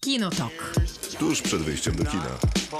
Kinotok. Tuż przed wyjściem do kina.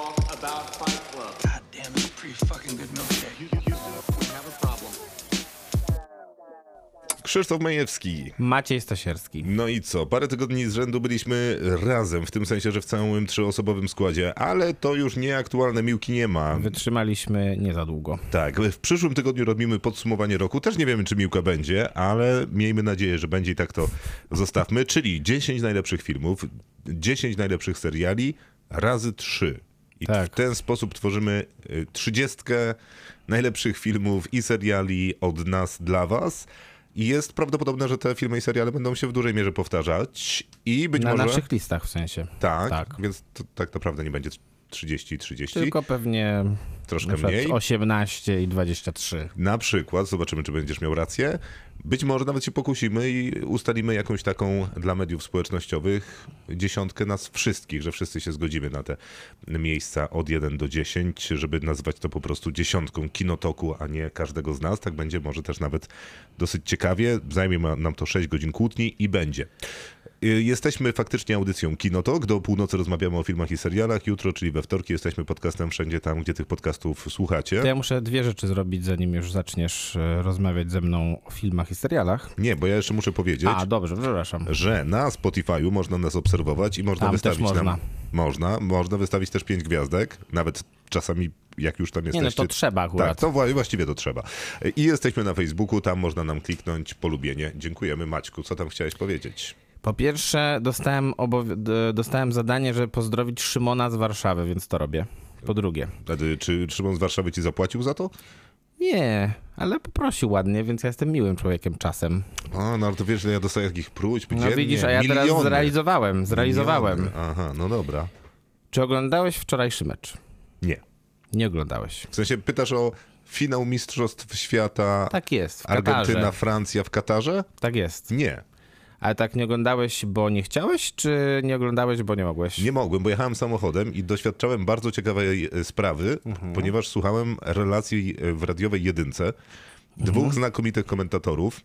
Krzysztof Majewski. Maciej Stasierski. No i co? Parę tygodni z rzędu byliśmy razem, w tym sensie, że w całym trzyosobowym składzie, ale to już nieaktualne, Miłki nie ma. Wytrzymaliśmy nie za długo. Tak, w przyszłym tygodniu robimy podsumowanie roku. Też nie wiemy, czy Miłka będzie, ale miejmy nadzieję, że będzie i tak to zostawmy. Czyli 10 najlepszych filmów, 10 najlepszych seriali razy 3. I tak. W ten sposób tworzymy 30 najlepszych filmów i seriali od nas dla was. I jest prawdopodobne, że te filmy i seriale będą się w dużej mierze powtarzać i być na może... Na naszych listach w sensie. Tak, więc to tak naprawdę nie będzie 30. Tylko pewnie troszkę mniej. 18 i 23. Na przykład, zobaczymy, czy będziesz miał rację. Być może nawet się pokusimy i ustalimy jakąś taką dla mediów społecznościowych 10 nas wszystkich, że wszyscy się zgodzimy na te miejsca od 1 do 10, żeby nazwać to po prostu 10 Kinotoku, a nie każdego z nas. Tak będzie może też nawet dosyć ciekawie. Zajmie nam to 6 godzin kłótni i będzie. Jesteśmy faktycznie audycją Kinotok. Do północy rozmawiamy o filmach i serialach. Jutro, czyli we wtorki, jesteśmy podcastem wszędzie tam, gdzie tych podcastów słuchacie. To ja muszę 2 rzeczy zrobić, zanim już zaczniesz rozmawiać ze mną o filmach i serialach. Nie, bo ja jeszcze muszę powiedzieć, dobrze, przepraszam, że na Spotify'u można nas obserwować i można tam wystawić też nam... Można wystawić też 5 gwiazdek, nawet czasami jak już tam jesteście. Nie, no to trzeba akurat. Tak, to właściwie to trzeba. I jesteśmy na Facebooku, tam można nam kliknąć polubienie. Dziękujemy. Maćku, co tam chciałeś powiedzieć? Po pierwsze dostałem zadanie, żeby pozdrowić Szymona z Warszawy, więc to robię. Po drugie. Czy Szymon z Warszawy ci zapłacił za to? Nie, ale poprosił ładnie, więc ja jestem miłym człowiekiem czasem. No ale to wiesz, że ja dostaję takich próśb No dziennie, widzisz, a ja teraz zrealizowałem. Miliony. Aha, no dobra. Czy oglądałeś wczorajszy mecz? Nie. Nie oglądałeś. W sensie pytasz o finał Mistrzostw Świata. Tak jest, w Katarze. Argentyna, Francja w Katarze? Tak jest. Nie. Ale tak nie oglądałeś, bo nie chciałeś, czy nie oglądałeś, bo nie mogłeś? Nie mogłem, bo jechałem samochodem i doświadczałem bardzo ciekawej sprawy, ponieważ słuchałem relacji w radiowej Jedynce, 2 znakomitych komentatorów.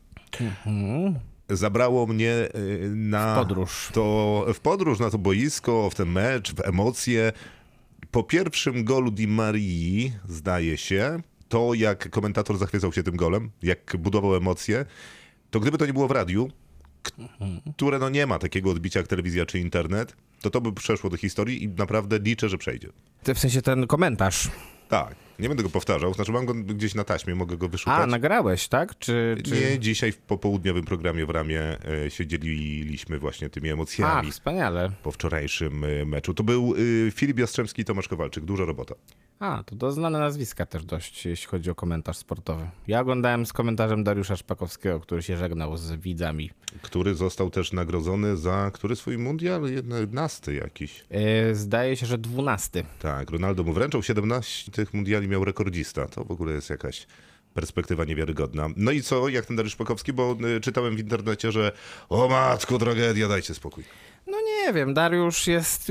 Zabrało mnie na podróż na to boisko, w ten mecz, w emocje. Po pierwszym golu Di Marii, zdaje się, to jak komentator zachwycał się tym golem, jak budował emocje, to gdyby to nie było w radiu, które no nie ma takiego odbicia jak telewizja czy internet, to by przeszło do historii i naprawdę liczę, że przejdzie. W sensie ten komentarz. Tak, nie będę go powtarzał, znaczy mam go gdzieś na taśmie, mogę go wyszukać. Nagrałeś, tak? Czy... Nie, dzisiaj w popołudniowym programie w Ramie się dzieliliśmy właśnie tymi emocjami. Wspaniale. Po wczorajszym meczu. To był Filip Jastrzębski i Tomasz Kowalczyk, duża robota. To znane nazwiska też dość, jeśli chodzi o komentarz sportowy. Ja oglądałem z komentarzem Dariusza Szpakowskiego, który się żegnał z widzami. Który został też nagrodzony za który swój mundial? 11 jakiś. Zdaje się, że 12. Tak, Ronaldo mu wręczał, 17 tych mundiali miał rekordzista. To w ogóle jest jakaś perspektywa niewiarygodna. No i co, jak ten Dariusz Szpakowski? Bo czytałem w internecie, że o matko, tragedia, dajcie spokój. No nie wiem, Dariusz jest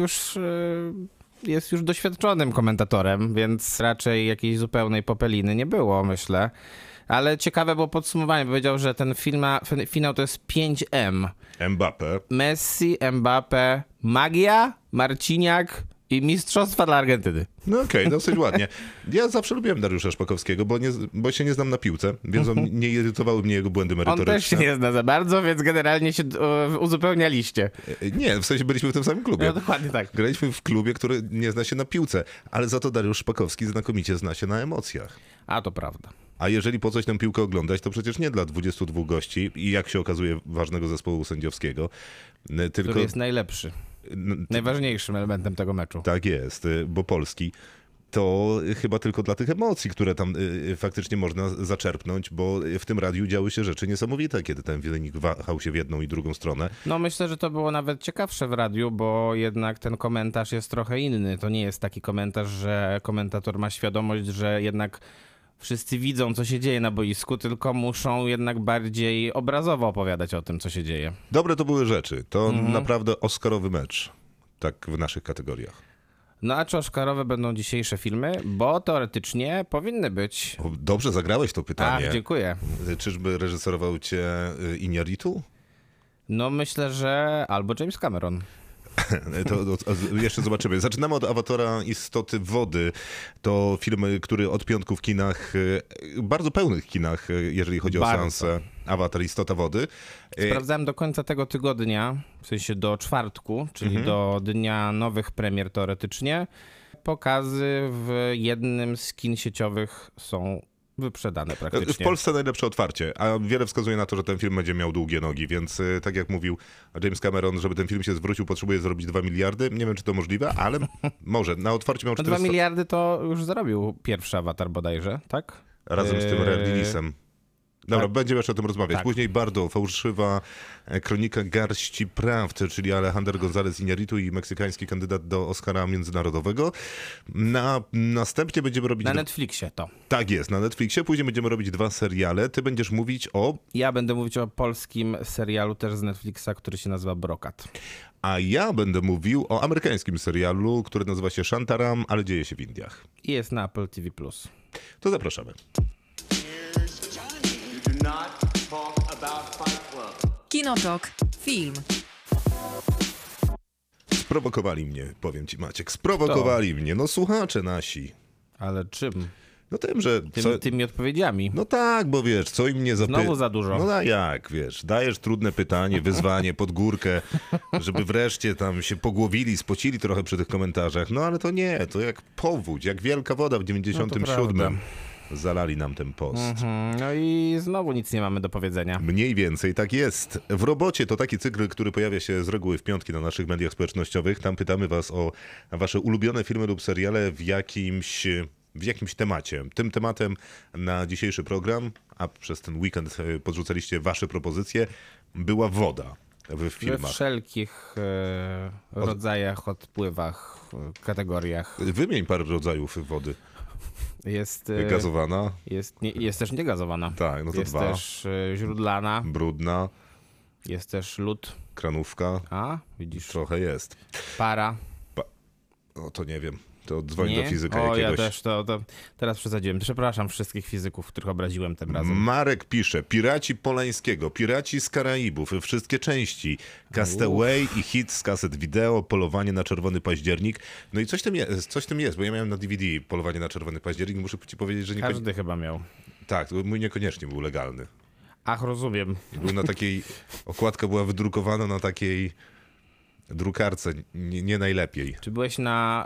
już doświadczonym komentatorem, więc raczej jakiejś zupełnej popeliny nie było, myślę. Ale ciekawe było podsumowanie. Powiedział, że ten finał to jest 5M. Mbappé. Messi, Mbappé, Magia, Marciniak i mistrzostwa dla Argentyny. No okej, dosyć ładnie. Ja zawsze lubiłem Dariusza Szpakowskiego, bo się nie znam na piłce, więc nie irytowały mnie jego błędy merytoryczne. On też się nie zna za bardzo, więc generalnie się uzupełnialiście. Nie, w sensie byliśmy w tym samym klubie. No dokładnie tak. Graliśmy w klubie, który nie zna się na piłce, ale za to Dariusz Szpakowski znakomicie zna się na emocjach. To prawda. A jeżeli po coś tę piłkę oglądać, to przecież nie dla 22 gości i jak się okazuje ważnego zespołu sędziowskiego. Tylko... Który jest najlepszy. Najważniejszym elementem tego meczu. Tak jest, bo polski. To chyba tylko dla tych emocji, które tam faktycznie można zaczerpnąć, bo w tym radiu działy się rzeczy niesamowite, kiedy ten wynik wahał się w jedną i drugą stronę. No myślę, że to było nawet ciekawsze w radiu, bo jednak ten komentarz jest trochę inny. To nie jest taki komentarz, że komentator ma świadomość, że jednak wszyscy widzą, co się dzieje na boisku, tylko muszą jednak bardziej obrazowo opowiadać o tym, co się dzieje. Dobre to były rzeczy. To naprawdę oscarowy mecz. Tak w naszych kategoriach. No a czy oscarowe będą dzisiejsze filmy? Bo teoretycznie powinny być. Dobrze zagrałeś to pytanie. Dziękuję. Czyżby reżyserował cię Iñárritu? No myślę, że albo James Cameron. Jeszcze zobaczymy. Zaczynamy od Awatara Istoty Wody. To film, który od piątku w kinach, bardzo pełnych kinach, jeżeli chodzi o seansę Awatar Istota Wody. Sprawdzałem do końca tego tygodnia, w sensie do czwartku, czyli do dnia nowych premier teoretycznie. Pokazy w jednym z kin sieciowych są wyprzedane praktycznie. W Polsce najlepsze otwarcie, a wiele wskazuje na to, że ten film będzie miał długie nogi, więc tak jak mówił James Cameron, żeby ten film się zwrócił, potrzebuje zrobić 2 miliardy. Nie wiem, czy to możliwe, ale może. Na otwarciu miał 400... 2 miliardy to już zarobił pierwszy Awatar bodajże, tak? Razem z tym release'em. Dobra, tak. będziemy jeszcze o tym rozmawiać. Tak. Później bardzo fałszywa kronika garści prawd, czyli Alejandro González Iñárritu i meksykański kandydat do Oscara międzynarodowego. Następnie będziemy robić... Na Netflixie to. Tak jest, na Netflixie. Później będziemy robić 2 seriale. Ty będziesz mówić o... Ja będę mówić o polskim serialu też z Netflixa, który się nazywa Brokat. A ja będę mówił o amerykańskim serialu, który nazywa się Shantaram, ale dzieje się w Indiach. I jest na Apple TV+. To zapraszamy. Kinotok. Film. Sprowokowali mnie, powiem ci Maciek, sprowokowali mnie. No słuchacze nasi. Ale czym? No tym, że... Tymi odpowiedziami. No tak, bo wiesz, co im nie zapyta... Znowu za dużo. No a jak, wiesz, dajesz trudne pytanie, wyzwanie, pod górkę, żeby wreszcie tam się pogłowili, spocili trochę przy tych komentarzach. No ale to nie, to jak powódź, jak wielka woda w 97. Zalali nam ten post. No i znowu nic nie mamy do powiedzenia. Mniej więcej tak jest. W robocie to taki cykl, który pojawia się z reguły w piątki na naszych mediach społecznościowych. Tam pytamy was o wasze ulubione filmy lub seriale w jakimś temacie. Tym tematem na dzisiejszy program, a przez ten weekend podrzucaliście wasze propozycje, była woda w filmach. We wszelkich rodzajach, odpływach, kategoriach. Wymień parę rodzajów wody. Jest gazowana. Jest też niegazowana. Tak, no to jest 2. Jest też źródlana. Brudna. Jest też lód. Kranówka. A, widzisz. Trochę jest. Para. No to nie wiem. To dzwoń Nie? do fizyka O, jakiegoś. ja też to teraz przesadziłem. Przepraszam wszystkich fizyków, których obraziłem tym razem. Marek pisze, Piraci Polańskiego, Piraci z Karaibów, wszystkie części, Castaway i hit z kaset wideo, Polowanie na Czerwony Październik. No i coś tym jest, bo ja miałem na DVD Polowanie na Czerwony Październik, muszę ci powiedzieć, że Każdy chyba miał. Tak, mój niekoniecznie był legalny. Ach, rozumiem. Był na takiej, okładka była wydrukowana na takiej drukarce, nie najlepiej. Czy byłeś na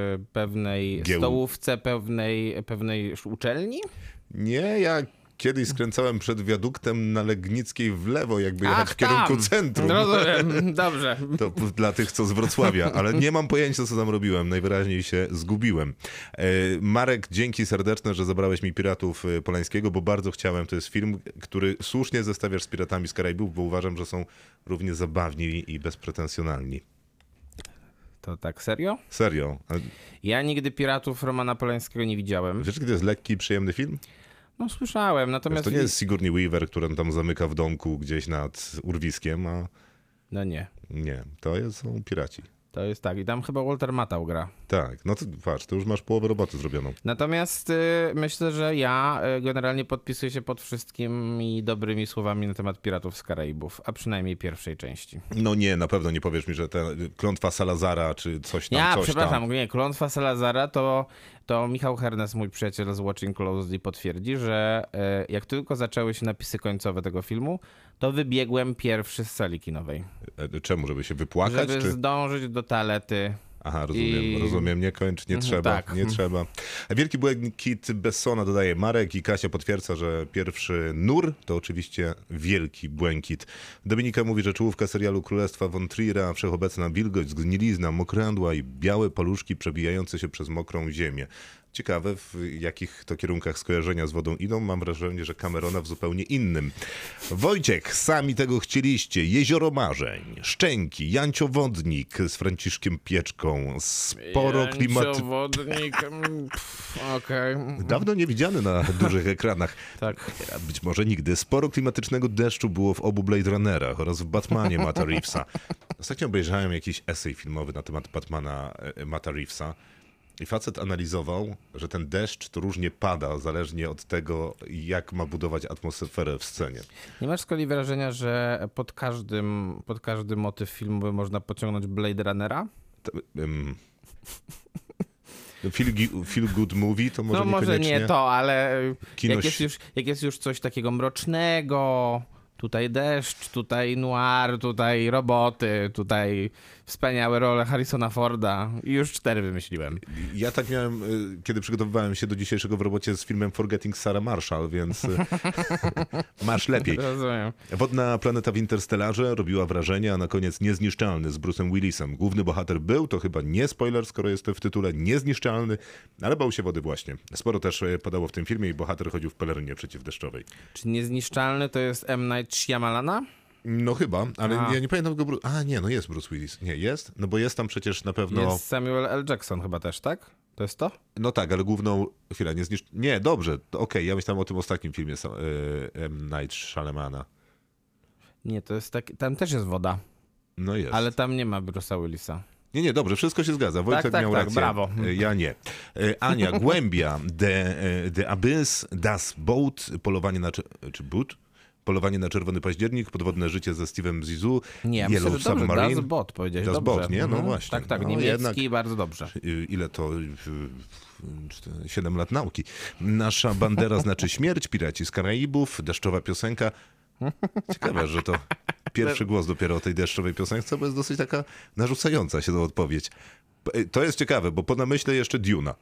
pewnej stołówce, pewnej uczelni? Nie, ja kiedyś skręcałem przed wiaduktem na Legnickiej w lewo, jakby jechać w kierunku tam. centrum. Rozumiem, dobrze. To dla tych, co z Wrocławia, ale nie mam pojęcia, co tam robiłem. Najwyraźniej się zgubiłem. Marek, dzięki serdeczne, że zabrałeś mi Piratów Polańskiego, bo bardzo chciałem. To jest film, który słusznie zestawiasz z Piratami z Karaibów, bo uważam, że są równie zabawni i bezpretensjonalni. To tak serio? Serio. Ja nigdy Piratów Romana Polańskiego nie widziałem. Wiesz, gdzie to jest lekki i przyjemny film? No słyszałem, natomiast... To nie jest Sigourney Weaver, która tam zamyka w domku gdzieś nad urwiskiem, a... No nie. Nie, są piraci. To jest tak. I tam chyba Walter Matthau gra. Tak, no to patrz, to już masz połowę roboty zrobioną. Natomiast myślę, że ja generalnie podpisuję się pod wszystkimi dobrymi słowami na temat Piratów z Karaibów, a przynajmniej pierwszej części. No nie, na pewno nie powiesz mi, że ta klątwa Salazara czy coś tam, przepraszam, nie, klątwa Salazara to Michał Hernes, mój przyjaciel z Watching Closely, potwierdzi, że jak tylko zaczęły się napisy końcowe tego filmu, to wybiegłem pierwszy z sali kinowej. Czemu? Żeby się wypłakać? Żeby zdążyć do toalety. Aha, rozumiem, nie kończ, nie trzeba, tak. nie trzeba. Wielki błękit Bessona, dodaje Marek, i Kasia potwierdza, że pierwszy nur to oczywiście wielki błękit. Dominika mówi, że czołówka serialu Królestwa von Trier'a, wszechobecna wilgoć, zgnilizna, mokrędła i białe paluszki przebijające się przez mokrą ziemię. Ciekawe, w jakich to kierunkach skojarzenia z wodą idą. Mam wrażenie, że Camerona w zupełnie innym. Wojciech, sami tego chcieliście. Jezioro Marzeń, Szczęki, Jancio Wodnik z Franciszkiem Pieczką. Sporo klimatu. Jancio Wodnik, okej. Dawno niewidziany na dużych ekranach. Tak. Być może nigdy. Sporo klimatycznego deszczu było w obu Blade Runnerach oraz w Batmanie Matta Reevesa. Ostatnio obejrzałem jakiś esej filmowy na temat Batmana Matta Reevesa. I facet analizował, że ten deszcz to różnie pada, zależnie od tego, jak ma budować atmosferę w scenie. Nie masz z kolei wrażenia, że pod każdy motyw filmowy można pociągnąć Blade Runnera? Feel good movie to może No może niekoniecznie. nie to, ale Kino jak jest już coś takiego mrocznego, tutaj deszcz, tutaj noir, tutaj roboty, tutaj wspaniałe role Harrisona Forda i już 4 wymyśliłem. Ja tak miałem, kiedy przygotowywałem się do dzisiejszego w robocie z filmem Forgetting Sarah Marshall, więc masz lepiej. Rozumiem. Wodna planeta w Interstellarze robiła wrażenie, a na koniec Niezniszczalny z Bruce'em Willisem. Główny bohater był, to chyba nie spoiler, skoro jest w tytule, niezniszczalny, ale bał się wody właśnie. Sporo też padało w tym filmie i bohater chodził w pelerynie przeciwdeszczowej. Czy Niezniszczalny to jest M. Night Shyamalana? No chyba, ale A. ja nie pamiętam go. No jest Bruce Willis. Nie, jest? No bo jest tam przecież na pewno... Jest Samuel L. Jackson chyba też, tak? To jest to? No tak, ale główną... Chwila, Nie, dobrze, to okej, ja myślałem o tym ostatnim filmie M. Night Shyamalana. Nie, to jest tak. Tam też jest woda, No jest. ale tam nie ma Bruce'a Willisa. Nie, dobrze, wszystko się zgadza. Wojtek tak, miał tak, rację. brawo. Ja nie. Ania, Głębia, The Abyss, Das Boat, Polowanie na... Czy Boot? Polowanie na Czerwony Październik, Podwodne życie ze Steve'em Zissou, Nie, myślę, Yellow że dobrze, Submarine. Das Boat powiedziałeś, Das dobrze. Boat, nie? No Mhm. właśnie. Tak, tak, No, niemiecki, jednak- bardzo dobrze. Ile to? 7 lat nauki. Nasza bandera znaczy śmierć, Piraci z Karaibów, deszczowa piosenka. Ciekawe, że to pierwszy głos dopiero o tej deszczowej piosence, bo jest dosyć taka narzucająca się do odpowiedź. To jest ciekawe, bo po namyśle jeszcze Duna.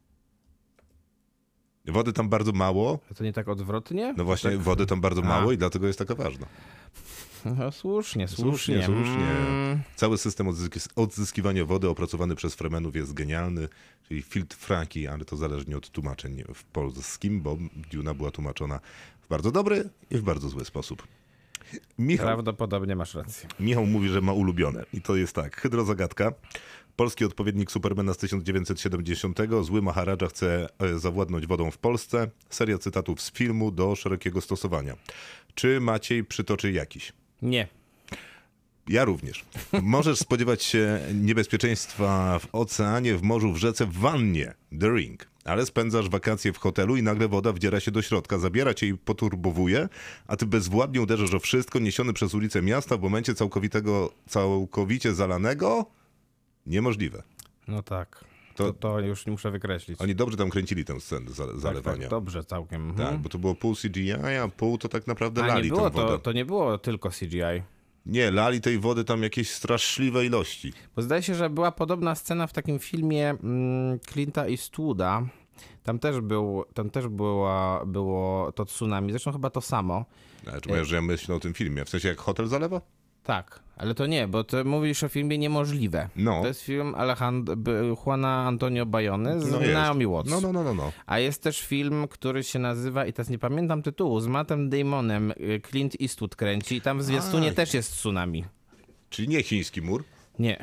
Wody tam bardzo mało. To nie tak odwrotnie? No właśnie, tak... wody tam bardzo mało i dlatego jest taka ważna. No, słusznie. Słusznie. Cały system odzyskiwania wody opracowany przez Fremenów jest genialny, czyli filtr Franki, ale to zależnie od tłumaczeń w polskim, bo Duna była tłumaczona w bardzo dobry i w bardzo zły sposób. Prawdopodobnie masz rację. Michał mówi, że ma ulubione i to jest tak, Hydrozagadka, polski odpowiednik Supermana z 1970, zły Maharadża chce zawładnąć wodą w Polsce, seria cytatów z filmu do szerokiego stosowania. Czy Maciej przytoczy jakiś? Nie. Ja również. Możesz spodziewać się niebezpieczeństwa w oceanie, w morzu, w rzece, w wannie. The Ring. Ale spędzasz wakacje w hotelu i nagle woda wdziera się do środka, zabiera cię i poturbowuje, a ty bezwładnie uderzasz o wszystko, niesiony przez ulicę miasta w momencie całkowicie zalanego? Niemożliwe. No tak. To- To już nie muszę wykreślić. Oni dobrze tam kręcili tę scenę zalewania. Tak, dobrze całkiem. Tak, bo to było pół CGI, a pół to tak naprawdę A lali nie było tą wodę. to nie było tylko CGI. Nie, lali tej wody tam jakieś straszliwe ilości. Bo zdaje się, że była podobna scena w takim filmie Clint'a Eastwooda. Tam też było to tsunami. Zresztą chyba to samo. Czy mówisz, że ja myślę o tym filmie? W sensie jak hotel zalewa? Tak, ale to nie, bo ty mówisz o filmie Niemożliwe. No. To jest film Juana Antonio Bayony z jest. Naomi Watts. No. A jest też film, który się nazywa, i teraz nie pamiętam tytułu, z Mattem Damonem, Clint Eastwood kręci i tam w zwiastunie też jest tsunami. Czyli nie chiński mur? Nie.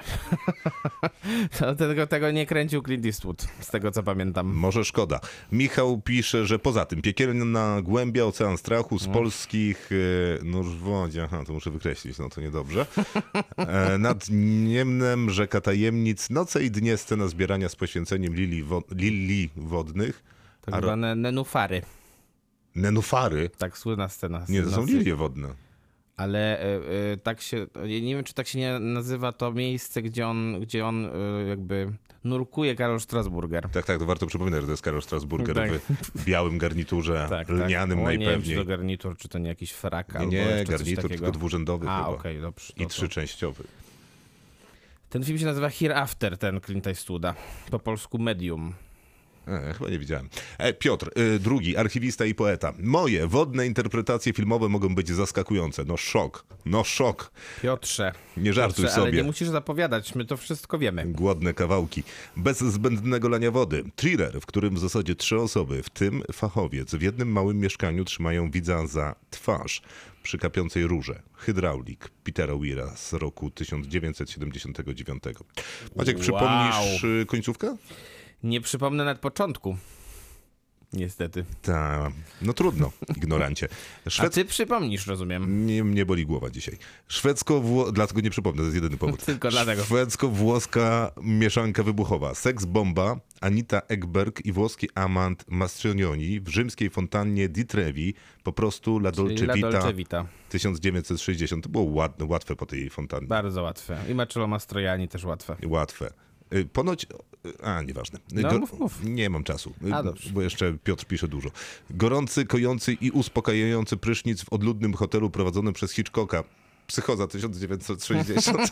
Tego nie kręcił Clint Eastwood, z tego co pamiętam. Może szkoda. Michał pisze, że poza tym piekielna głębia, ocean strachu z polskich nóż w wodzie. Aha, to muszę wykreślić, no to niedobrze. Nad Niemnem rzeka tajemnic, noce i dnie, scena zbierania z poświęceniem lilii wodnych. Tak zwane nenufary. Nenufary? Tak, słynna scena. Nie, to są lilie wodne. Ale tak się, nie wiem, czy tak się nie nazywa to miejsce, gdzie on jakby nurkuje Karol Strasburger. Tak, to warto przypominać, że to jest Karol Strasburger Tak. w białym garniturze, lnianym O, nie wiem, najpewniej. czy to garnitur, czy to nie jakiś frak albo Nie, jeszcze coś garnitur, takiego. tylko dwurzędowy A, chyba. okej, dobrze. I trzyczęściowy. Ten film się nazywa Hereafter, ten Clint'a Eastwooda. Po polsku Medium. Chyba nie widziałem. Piotr, drugi, archiwista i poeta. Moje wodne interpretacje filmowe mogą być zaskakujące. No szok. Piotrze. Nie żartuj Piotrze, ale sobie. nie musisz zapowiadać, my to wszystko wiemy. Głodne kawałki. Bez zbędnego lania wody. Thriller, w którym w zasadzie 3 osoby, w tym fachowiec, w jednym małym mieszkaniu trzymają widza za twarz przy kapiącej rurze. Hydraulik Petera Weira z roku 1979. Maciek, Wow. przypomnisz końcówkę? Nie przypomnę nawet początku. Niestety. No trudno, ignorancie. A ty przypomnisz, rozumiem. Nie boli głowa dzisiaj. Dlatego nie przypomnę, to jest jedyny powód. Tylko dlatego. Szwedzko-włoska mieszanka wybuchowa. Seks bomba, Anita Ekberg i włoski amant Mastroianni w rzymskiej fontannie di Trevi, po prostu La Dolce Czyli La Vita, Dolce Vita. 1960. To było łatwe po tej fontannie. Bardzo łatwe. I Marcello Mastroianni też łatwe. Łatwe. Ponoć... nieważne. No, mów. Nie mam czasu, Dobrze. bo jeszcze Piotr pisze dużo. Gorący, kojący i uspokajający prysznic w odludnym hotelu prowadzonym przez Hitchcocka. Psychoza 1960.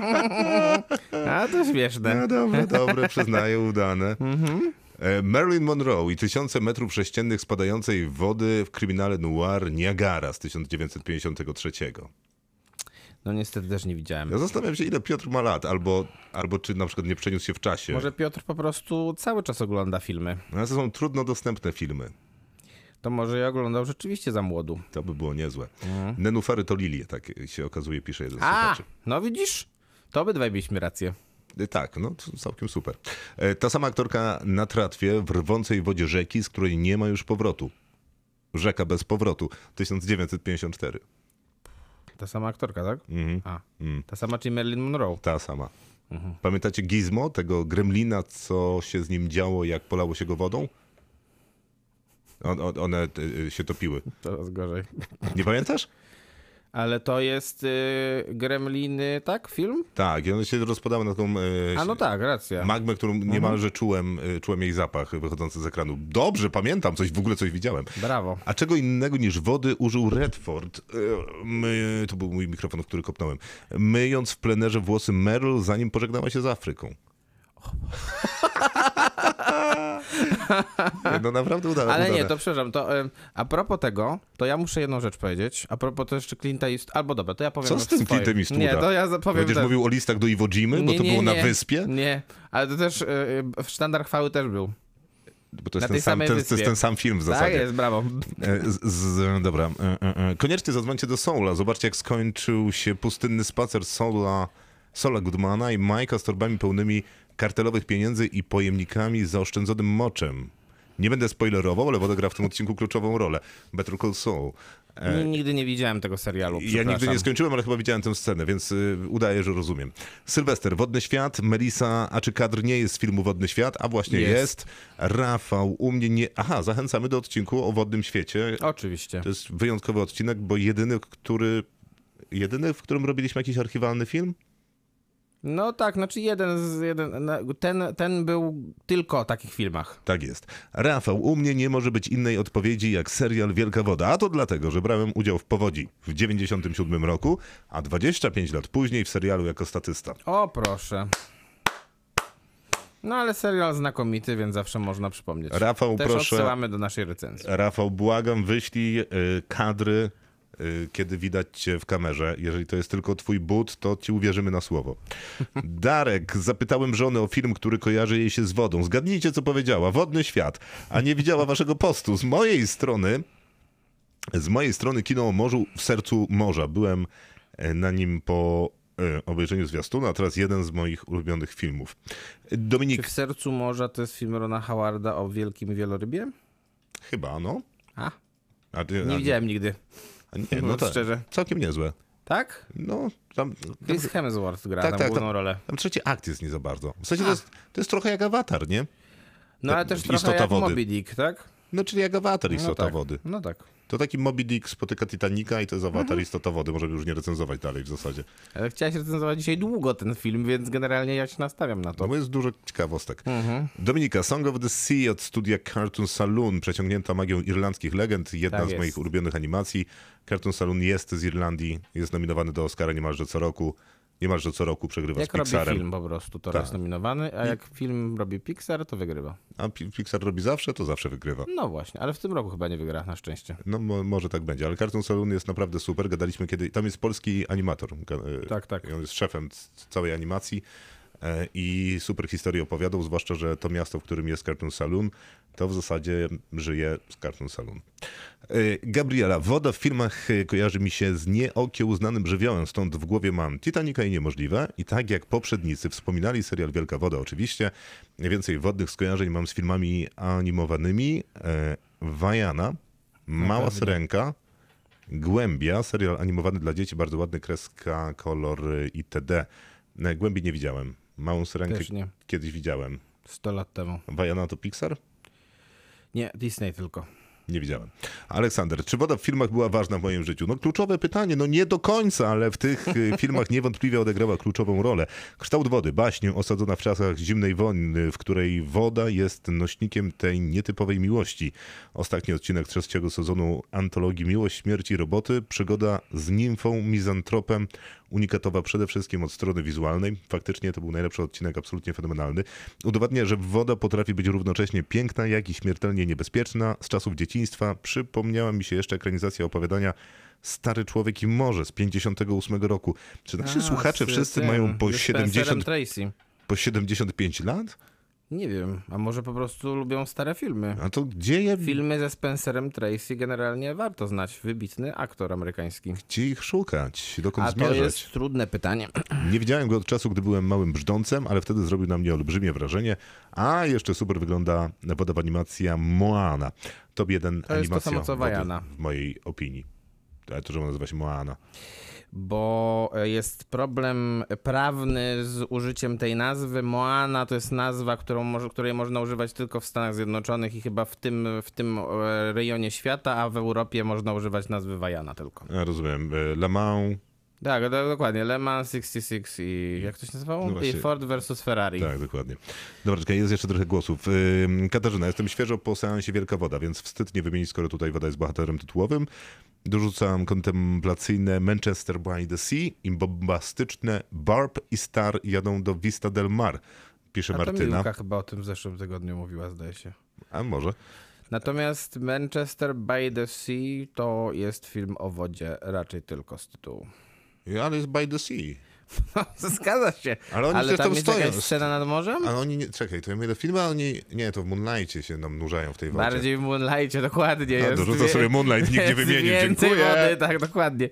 A to śmieszne. No dobre, przyznaję, udane. Marilyn Monroe i tysiące metrów sześciennych spadającej wody w kryminale noir Niagara z 1953. No niestety też nie widziałem. Ja zastanawiam się, ile Piotr ma lat, albo czy na przykład nie przeniósł się w czasie. Może Piotr po prostu cały czas ogląda filmy. No, to są trudno dostępne filmy. To może ja oglądał rzeczywiście za młodu. To by było niezłe. Nenufery to lilie, tak się okazuje, pisze jeden z A, słuchaczy. no widzisz? To obydwaj mieliśmy rację. Tak, no to całkiem super. Ta sama aktorka na tratwie w rwącej wodzie rzeki, z której nie ma już powrotu. Rzeka bez powrotu, 1954. Ta sama aktorka, tak? Ta sama, czyli Marilyn Monroe. Ta sama. Pamiętacie Gizmo, tego gremlina, co się z nim działo, jak polało się go wodą? One się topiły. Coraz gorzej. Nie pamiętasz? Ale to jest Gremliny, tak? Film? Tak, i one się rozpadały na taką A no tak, racja. magmę, którą niemalże czułem jej zapach wychodzący z ekranu. Dobrze, pamiętam, w ogóle coś widziałem. Brawo. A czego innego niż wody użył Redford, to był mój mikrofon, w który kopnąłem, myjąc w plenerze włosy Meryl, zanim pożegnała się z Afryką. No naprawdę udane. Ale nie, to przepraszam, to a propos tego, to ja muszę jedną rzecz powiedzieć. A propos to jeszcze Clint'a Eastwooda, albo dobra, to ja powiem Co z tym Clintem Eastwooda? Nie, to ja powiem Będziesz tak. mówił o listach do Iwo Jimy, bo to było na wyspie? Nie, ale to też w Sztandar Chwały też był. Bo to Na jest, tej samej to jest wyspie. ten sam film w Tak zasadzie. jest, brawo. Dobra. Koniecznie zadzwońcie do Soula. Zobaczcie, jak skończył się pustynny spacer Sola Goodmana i Mike'a z torbami pełnymi kartelowych pieniędzy i pojemnikami z zaoszczędzonym moczem. Nie będę spoilerował, ale woda gra w tym odcinku kluczową rolę. Better Call Saul. Nigdy nie widziałem tego serialu, Ja nigdy nie skończyłem, ale chyba widziałem tę scenę, więc udaję, że rozumiem. Sylwester, Wodny Świat, Melisa, a czy kadr nie jest z filmu Wodny Świat? A właśnie jest. Rafał, u mnie nie... Aha, zachęcamy do odcinku o Wodnym Świecie. Oczywiście. To jest wyjątkowy odcinek, bo jedyny, w którym robiliśmy jakiś archiwalny film? No tak, znaczy ten był tylko o takich filmach. Tak jest. Rafał, u mnie nie może być innej odpowiedzi jak serial Wielka Woda, a to dlatego, że brałem udział w Powodzi w 97 roku, a 25 lat później w serialu jako statysta. O, proszę. No ale serial znakomity, więc zawsze można przypomnieć. Rafał, też proszę. odsyłamy do naszej recenzji. Rafał, błagam, wyślij kadry, kiedy widać cię w kamerze. Jeżeli to jest tylko twój but, to ci uwierzymy na słowo. Darek, zapytałem żonę o film, który kojarzy jej się z wodą. Zgadnijcie, co powiedziała. Wodny Świat. A nie widziała waszego postu. Z mojej strony kino o morzu w sercu morza. Byłem na nim po obejrzeniu zwiastuna, a teraz jeden z moich ulubionych filmów. Dominik... Czy w sercu morza to jest film Rona Howarda o wielkim wielorybie? Chyba, no. Nie widziałem nigdy. Nie, no tak. Szczerze. Całkiem niezłe. Tak? No, tam Chris Hemsworth gra tam główną rolę. Tam trzeci akt jest nie za bardzo. W sensie to jest trochę jak Awatar, nie? No ale też trochę Istota jak wody. Moby Dick, tak? No, czyli jak Awatar, Istota wody. No tak. To taki Moby Dick spotyka Titanica i to jest Awatar, Istota wody. Możemy już nie recenzować dalej w zasadzie. Ale chciałeś recenzować dzisiaj długo ten film, więc generalnie ja się nastawiam na to. No bo jest dużo ciekawostek. Dominika, Song of the Sea od studia Cartoon Saloon, przeciągnięta magią irlandzkich legend, jedna Tak z jest. moich ulubionych animacji. Cartoon Saloon jest z Irlandii, jest nominowany do Oscara niemalże co roku. Niemalże co roku przegrywa Jak z Pixarem. robi film po prostu, to jest nominowany, a jak film robi Pixar, to wygrywa. A Pixar robi zawsze, to zawsze wygrywa. No właśnie, ale w tym roku chyba nie wygra, na szczęście. No może tak będzie, ale Cartoon Saloon jest naprawdę super. Gadaliśmy tam jest polski animator. Tak. I on jest szefem całej animacji. i super historię opowiadał, zwłaszcza, że to miasto, w którym jest Cartoon Saloon, to w zasadzie żyje z Cartoon Saloon. Gabriela, woda w filmach kojarzy mi się z nieokiełznanym żywiołem, stąd w głowie mam Titanica i Niemożliwe i tak jak poprzednicy wspominali serial Wielka Woda oczywiście, więcej wodnych skojarzeń mam z filmami animowanymi, Vaiana, Mała Syrenka, Głębia, serial animowany dla dzieci, bardzo ładny, kreska, kolor itd. Głębi nie widziałem. Małą Syrenkę Też nie. kiedyś widziałem. 100 lat temu. Vaiana to Pixar? Nie, Disney tylko. Nie widziałem. Aleksander, czy woda w filmach była ważna w moim życiu? No kluczowe pytanie, no nie do końca, ale w tych filmach niewątpliwie odegrała kluczową rolę. Kształt wody, baśń osadzona w czasach zimnej wojny, w której woda jest nośnikiem tej nietypowej miłości. Ostatni odcinek trzeciego sezonu antologii Miłość, Śmierć i Roboty, przygoda z nimfą, mizantropem, unikatowa przede wszystkim od strony wizualnej. Faktycznie to był najlepszy odcinek, absolutnie fenomenalny. Udowadnia, że woda potrafi być równocześnie piękna, jak i śmiertelnie niebezpieczna. Z czasów dzieciństwa przypomniała mi się jeszcze ekranizacja opowiadania Stary człowiek i morze z 58 roku. Czy nasi słuchacze wszyscy mają po 75 lat? Nie wiem, a może po prostu lubią stare filmy. A to gdzie je... Filmy ze Spencerem Tracy generalnie warto znać. Wybitny aktor amerykański. Gdzie ich szukać? Dokąd A zmierzać? to jest trudne pytanie. Nie widziałem go od czasu, gdy byłem małym brzdącem, ale wtedy zrobił na mnie olbrzymie wrażenie. A jeszcze super wygląda wodowa animacja Moana. Top 1 To jest to animacja samo co wody, Vaiana. w mojej opinii. Ale to, że ona nazywa się Moana. Bo jest problem prawny z użyciem tej nazwy. Moana to jest nazwa, której można używać tylko w Stanach Zjednoczonych i chyba w tym rejonie świata, a w Europie można używać nazwy Vaiana tylko. Ja rozumiem. Le Mans. Tak, dokładnie. Le Mans 66 i jak to się nazywało? No właśnie. I Ford versus Ferrari. Tak, dokładnie. Dobra, czekaj, jest jeszcze trochę głosów. Katarzyna, jestem świeżo po seansie Wielka Woda, więc wstyd nie wymienić, skoro tutaj woda jest bohaterem tytułowym. Dorzucam kontemplacyjne Manchester by the Sea i bombastyczne Barb i Star jadą do Vista del Mar, pisze A to Martyna. Miłka chyba o tym w zeszłym tygodniu mówiła, zdaje się. A może? Natomiast Manchester by the Sea to jest film o wodzie, raczej tylko z tytułu. Ale jest by the sea. Zgadza się. Ale oni Ale też tam tam jest stoją. jakaś scena nad morzem? Ale oni nie... Czekaj, to ja mówię film, a oni... Nie, to w Moonlightie się nam nurzają w tej wodzie. Bardziej w Moonlightie, dokładnie. Jest dorzucę sobie Moonlight, nikt nie jest wymienił. więcej Dziękuję. wody, tak, dokładnie.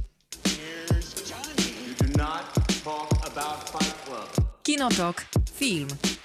Kinotok. Film.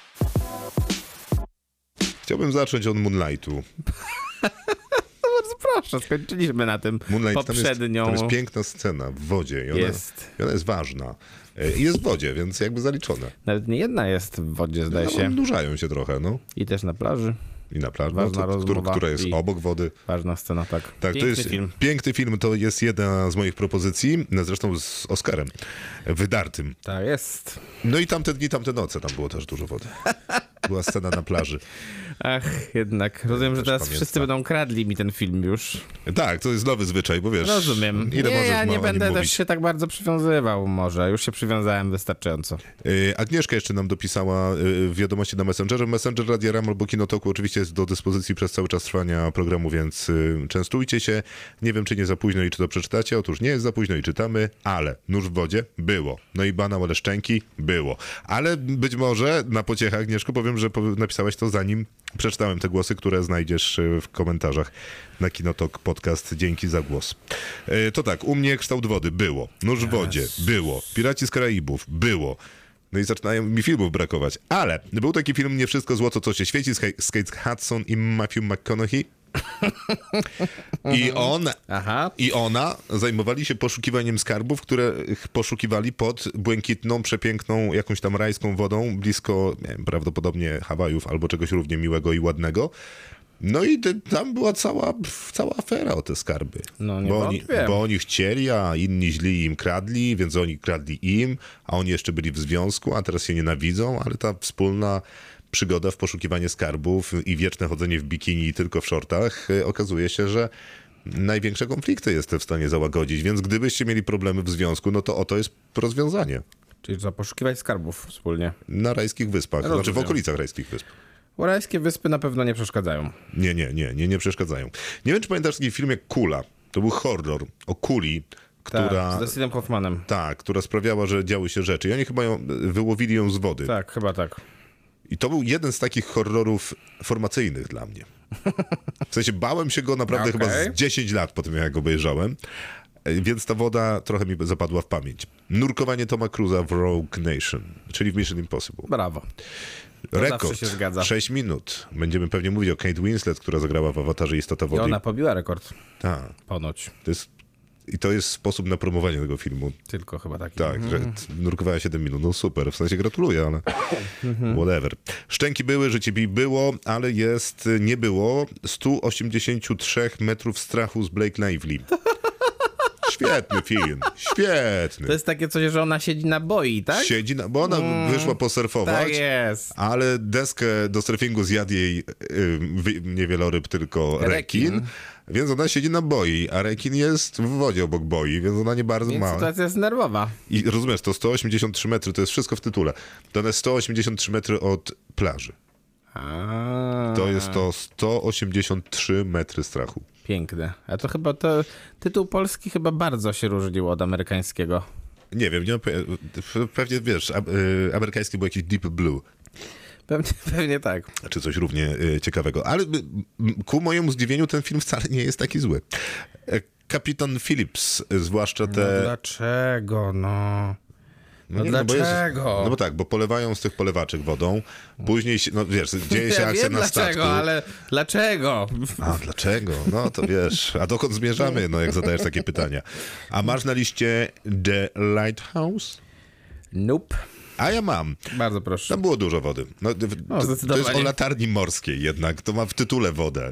Chciałbym zacząć od Moonlightu. Bardzo proszę, skończyliśmy na tym Moonlight, poprzednią. tam jest piękna scena w wodzie i ona jest ważna. I jest w wodzie, więc jakby zaliczone. Nawet nie jedna jest w wodzie, zdaje się. Nurzają się trochę, no. I też na plaży. I na plaży, Ważna rozmowa która jest i- obok wody. Ważna scena, tak. Tak, Piękny to jest film. piękny film, to jest jedna z moich propozycji, zresztą z Oscarem wydartym. Tak, jest. No i tamte dni, tamte noce, tam było też dużo wody. Była scena na plaży. Ach, jednak. Rozumiem, że Też teraz pamiętam. wszyscy będą kradli mi ten film już. Tak, to jest nowy zwyczaj, bo wiesz, Rozumiem. ile Nie, możesz ja nie o nim będę mówić. też się tak bardzo przywiązywał może. Już się przywiązałem wystarczająco. Agnieszka jeszcze nam dopisała wiadomości na Messengerze. Messenger Radia RAM albo Kinotoku oczywiście jest do dyspozycji przez cały czas trwania programu, więc częstujcie się. Nie wiem, czy nie za późno i czy to przeczytacie. Otóż nie jest za późno i czytamy, ale nóż w wodzie było. No i banał, ale szczęki było. Ale być może na pociechę, Agnieszko, powiem, że napisałaś to zanim przeczytałem te głosy, które znajdziesz w komentarzach na Kinotok Podcast. Dzięki za głos. To tak, u mnie kształt wody było. Nóż w wodzie było. Piraci z Karaibów było. No i zaczynają mi filmów brakować. Ale był taki film Nie wszystko złoto, co się świeci z Kate Hudson i Matthew McConaughey. I ona zajmowali się poszukiwaniem skarbów, które poszukiwali pod błękitną, przepiękną, jakąś tam rajską wodą blisko, nie wiem, prawdopodobnie Hawajów albo czegoś równie miłego i ładnego. No i tam była cała afera o te skarby. No nie Bo oni chcieli, a inni źli im kradli, więc oni kradli im, a oni jeszcze byli w związku, a teraz się nienawidzą, ale ta wspólna przygoda w poszukiwanie skarbów i wieczne chodzenie w bikini i tylko w shortach okazuje się, że największe konflikty jest w stanie załagodzić, więc gdybyście mieli problemy w związku, no to oto jest rozwiązanie. Czyli trzeba poszukiwać skarbów wspólnie. Na rajskich wyspach, Rozumiem. znaczy w okolicach rajskich wysp. Uralskie wyspy na pewno nie przeszkadzają. Nie przeszkadzają. Nie wiem, czy pamiętasz taki film jak Kula. To był horror o kuli, która... z Dustinem Hoffmanem. Tak, która sprawiała, że działy się rzeczy. I oni chyba wyłowili ją z wody. Tak, chyba tak. I to był jeden z takich horrorów formacyjnych dla mnie. W sensie bałem się go naprawdę chyba z 10 lat po tym, jak go obejrzałem. Więc ta woda trochę mi zapadła w pamięć. Nurkowanie Toma Cruza w Rogue Nation, czyli w Mission Impossible. Brawo. To Rekord, się zgadza. 6 minut. Będziemy pewnie mówić o Kate Winslet, która zagrała w Awatarze Istota I Wody. ona pobiła rekord. Tak. Ponoć. To jest sposób na promowanie tego filmu. Tylko chyba taki. Tak, że nurkowała 7 minut. No super, w sensie gratuluję, ale whatever. Szczęki były, życie było, ale nie było 183 metrów strachu z Blake Lively. Świetny film, świetny. To jest takie coś, że ona siedzi na boi, tak? Bo ona wyszła posurfować, Tak jest. ale deskę do surfingu zjadł jej nie wieloryb, tylko rekin. Więc ona siedzi na boi, a rekin jest w wodzie obok boi, więc ona nie bardzo Więc ma. sytuacja jest nerwowa. I rozumiesz, to 183 metry, to jest wszystko w tytule. To jest 183 metry od plaży. To jest 183 metry strachu. Piękne. A to chyba tytuł polski chyba bardzo się różnił od amerykańskiego. Nie wiem, pewnie wiesz, amerykański był jakiś Deep Blue. Pewnie tak. Czy coś równie ciekawego. Ale ku mojemu zdziwieniu ten film wcale nie jest taki zły. Kapitan Phillips, zwłaszcza te... No dlaczego, no? Dlaczego? No bo tak, bo polewają z tych polewaczek wodą, później, dzieje się akcja na statku. Dlaczego, ale dlaczego? A dlaczego? No to wiesz, a dokąd zmierzamy, jak zadajesz takie pytania. A masz na liście The Lighthouse? Nope. A ja mam. Bardzo proszę. Tam było dużo wody. To jest o latarni morskiej jednak, to ma w tytule wodę.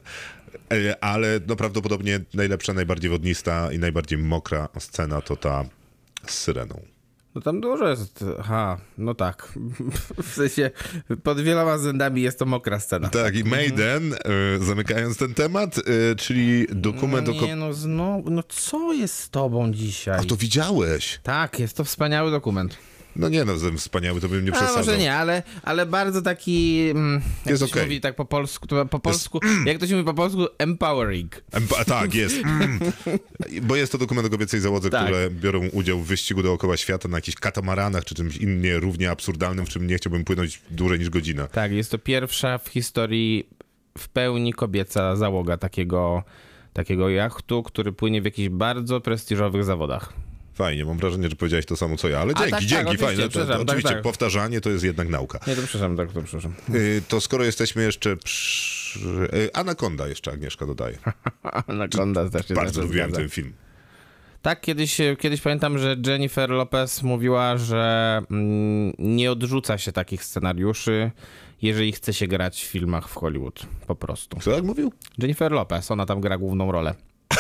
Ale prawdopodobnie najlepsza, najbardziej wodnista i najbardziej mokra scena to ta z syreną. No tam dużo jest. No tak. W sensie pod wieloma względami jest to mokra scena. Tak, i Maiden, zamykając ten temat, czyli dokument no co jest z tobą dzisiaj? A to widziałeś? Tak, jest to wspaniały dokument. No nie, wspaniały, to bym nie przesadzał. Może nie, ale bardzo taki, jak jest to się mówi tak po polsku, jak to się mówi po polsku, empowering. Tak, jest. Bo jest to dokument o kobiecej załodze, Tak. które biorą udział w wyścigu dookoła świata na jakichś katamaranach, czy czymś innym równie absurdalnym, w czym nie chciałbym płynąć dłużej niż godzinę. Tak, jest to pierwsza w historii w pełni kobieca załoga takiego jachtu, który płynie w jakichś bardzo prestiżowych zawodach. Fajnie, mam wrażenie, że powiedziałeś to samo co ja, ale dzięki, fajne. Oczywiście powtarzanie to jest jednak nauka. Nie, to przepraszam. To skoro jesteśmy jeszcze Anaconda jeszcze Agnieszka dodaje. Anaconda też się bardzo lubiłem ten film. Tak, kiedyś pamiętam, że Jennifer Lopez mówiła, że nie odrzuca się takich scenariuszy, jeżeli chce się grać w filmach w Hollywood. Po prostu. Kto tak mówił? Jennifer Lopez, ona tam gra główną rolę.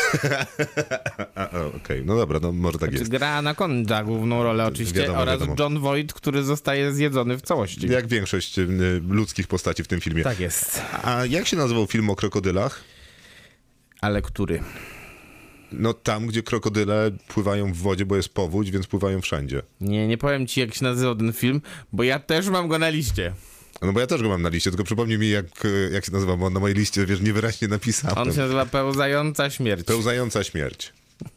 Okej, no dobra, no może tak jest. Gra Anaconda główną rolę oczywiście wiadomo. John Voight, który zostaje zjedzony w całości. Jak większość ludzkich postaci w tym filmie. Tak jest. A jak się nazywał film o krokodylach? Ale który? No tam, gdzie krokodyle pływają w wodzie, bo jest powódź, więc pływają wszędzie. Nie powiem ci, jak się nazywał ten film, bo ja też mam go na liście. No bo ja też go mam na liście, tylko przypomnij mi, jak się nazywa, bo on na mojej liście, wiesz, niewyraźnie napisałem. On się nazywa Pełzająca śmierć. Pełzająca śmierć.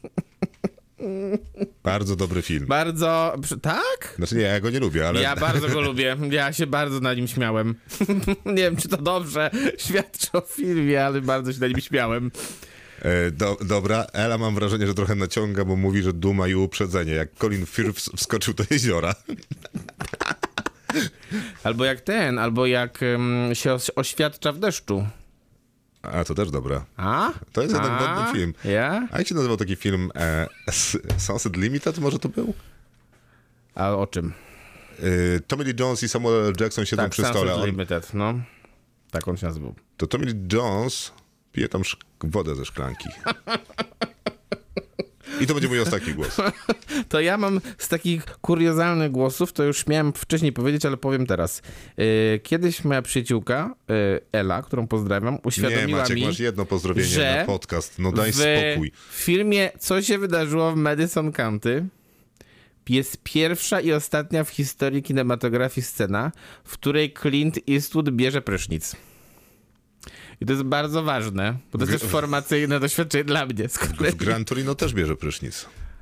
Bardzo dobry film. Bardzo... Tak? Znaczy nie, ja go nie lubię, ale... Ja bardzo go lubię. Ja się bardzo na nim śmiałem. Nie wiem, czy to dobrze świadczy o filmie, ale bardzo się na nim śmiałem. Dobra, Ela mam wrażenie, że trochę naciąga, bo mówi, że duma i uprzedzenie, jak Colin Firth wskoczył do jeziora. Albo jak się oświadcza w deszczu. A, to też dobra. A? To jest jednak wodny film. Ja? A jak się nazywał taki film? Sunset Limited może to był? A o czym? Tommy Lee Jones i Samuel L. Jackson siedzą przy stole. Sunset Limited, no. Tak on się nazywał. To Tommy Lee Jones pije tam wodę ze szklanki. I to będzie mój ostatni głos. To ja mam z takich kuriozalnych głosów, to już miałem wcześniej powiedzieć, ale powiem teraz. Kiedyś moja przyjaciółka, Ela, którą pozdrawiam, uświadomiła mi, Maciek, masz jedno pozdrowienie że na podcast. No daj spokój. W filmie Co się wydarzyło w Madison County jest pierwsza i ostatnia w historii kinematografii scena, w której Clint Eastwood bierze prysznic. I to jest bardzo ważne, bo to jest też formacyjne doświadczenie dla mnie. W Gran Torino też bierze prysznic.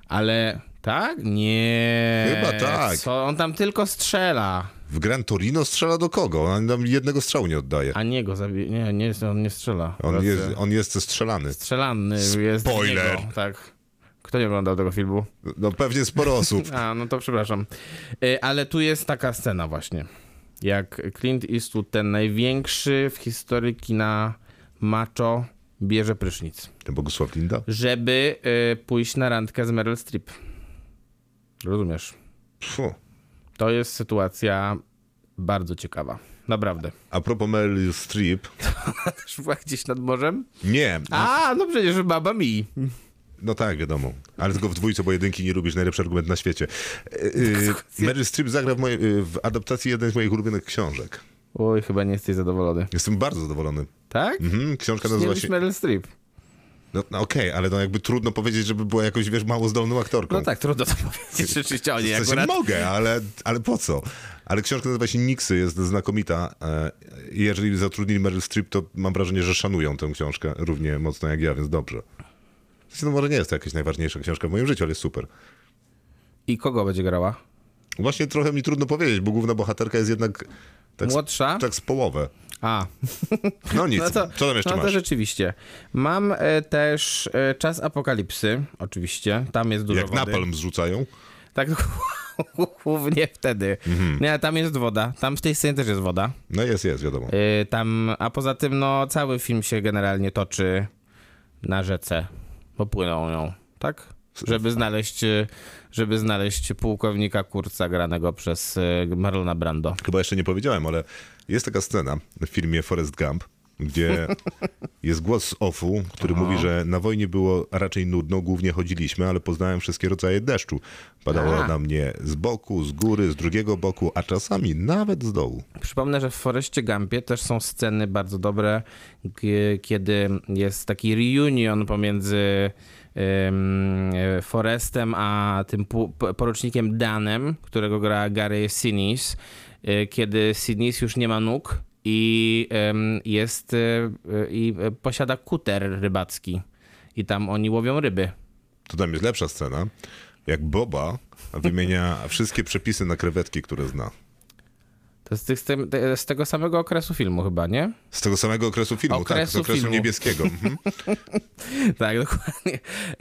Ale tak? Nie. Chyba tak. Co? On tam tylko strzela. W Gran Torino strzela do kogo? On nam jednego strzału nie oddaje. A nie go zabije. Nie, on nie strzela. On jest strzelany. Strzelany jest. Spoiler. Niego, tak. Kto nie oglądał tego filmu? No pewnie sporo osób. A, no to przepraszam. Ale tu jest taka scena właśnie. Jak Clint Eastwood, ten największy w historii kina macho, bierze prysznic. Ten Bogusław Linda? Żeby pójść na randkę z Meryl Streep. Rozumiesz? Pfu. To jest sytuacja bardzo ciekawa. Naprawdę. A propos Meryl Streep. Też była gdzieś nad morzem? Nie. A, no przecież Baba Mi. No tak, wiadomo. Ale tylko w dwójce, bo jedynki nie lubisz. Najlepszy argument na świecie. Meryl Streep zagra w adaptacji jednej z moich ulubionych książek. Oj, chyba nie jesteś zadowolony. Jestem bardzo zadowolony. Tak? Książka Nie nazywa lubisz się... Meryl Streep. No okej, ale no jakby trudno powiedzieć, żeby była jakoś, wiesz, mało zdolną aktorką. No tak, trudno to powiedzieć rzeczywiście o niej W sensie akurat. mogę, ale po co? Ale książka nazywa się Nixy, jest znakomita. I jeżeli zatrudnili Meryl Streep, to mam wrażenie, że szanują tę książkę równie mocno jak ja, więc dobrze. W sensie, no może nie jest to jakaś najważniejsza książka w moim życiu, ale jest super. I kogo będzie grała? Właśnie trochę mi trudno powiedzieć, bo główna bohaterka jest jednak tak Młodsza? tak z połowę. A. No nic, No to, co tam jeszcze no to masz? rzeczywiście. Mam też Czas Apokalipsy, oczywiście. Tam jest dużo Jak wody. napalm zrzucają? Tak, głównie wtedy. Nie, tam jest woda. Tam w tej scenie też jest woda. No jest, wiadomo. A poza tym, no, cały film się generalnie toczy na rzece. Bo płyną ją, tak? Żeby znaleźć pułkownika Kurza granego przez Marlona Brando. Chyba jeszcze nie powiedziałem, ale jest taka scena w filmie Forrest Gump, gdzie jest głos z offu, który mówi, że na wojnie było raczej nudno, głównie chodziliśmy, ale poznałem wszystkie rodzaje deszczu. Padało na mnie z boku, z góry, z drugiego boku, a czasami nawet z dołu. Przypomnę, że w Forrestie Gumpie też są sceny bardzo dobre, kiedy jest taki reunion pomiędzy Forrestem a tym porucznikiem Danem, którego gra Gary Sinise, kiedy Sinise już nie ma nóg i posiada kuter rybacki i tam oni łowią ryby. To tam jest lepsza scena, jak Boba wymienia wszystkie przepisy na krewetki, które zna. To jest z tego samego okresu filmu chyba, nie? Z tego samego okresu filmu, tak, z okresu niebieskiego. Tak, dokładnie.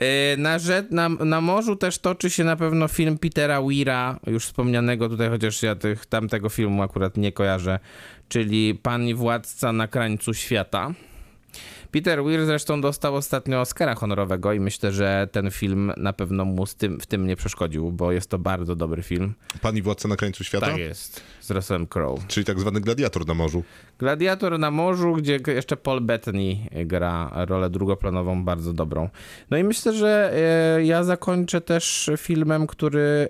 Na morzu też toczy się na pewno film Petera Weira, już wspomnianego tutaj, chociaż ja tamtego filmu akurat nie kojarzę, czyli Pan i Władca na krańcu świata. Peter Weir zresztą dostał ostatnio Oscara honorowego i myślę, że ten film na pewno mu w tym nie przeszkodził, bo jest to bardzo dobry film. Pan i Władca na krańcu świata? Tak jest, z Russellem Crowe. Czyli tak zwany gladiator na morzu. Gladiator na morzu, gdzie jeszcze Paul Bettany gra rolę drugoplanową, bardzo dobrą. No i myślę, że ja zakończę też filmem, który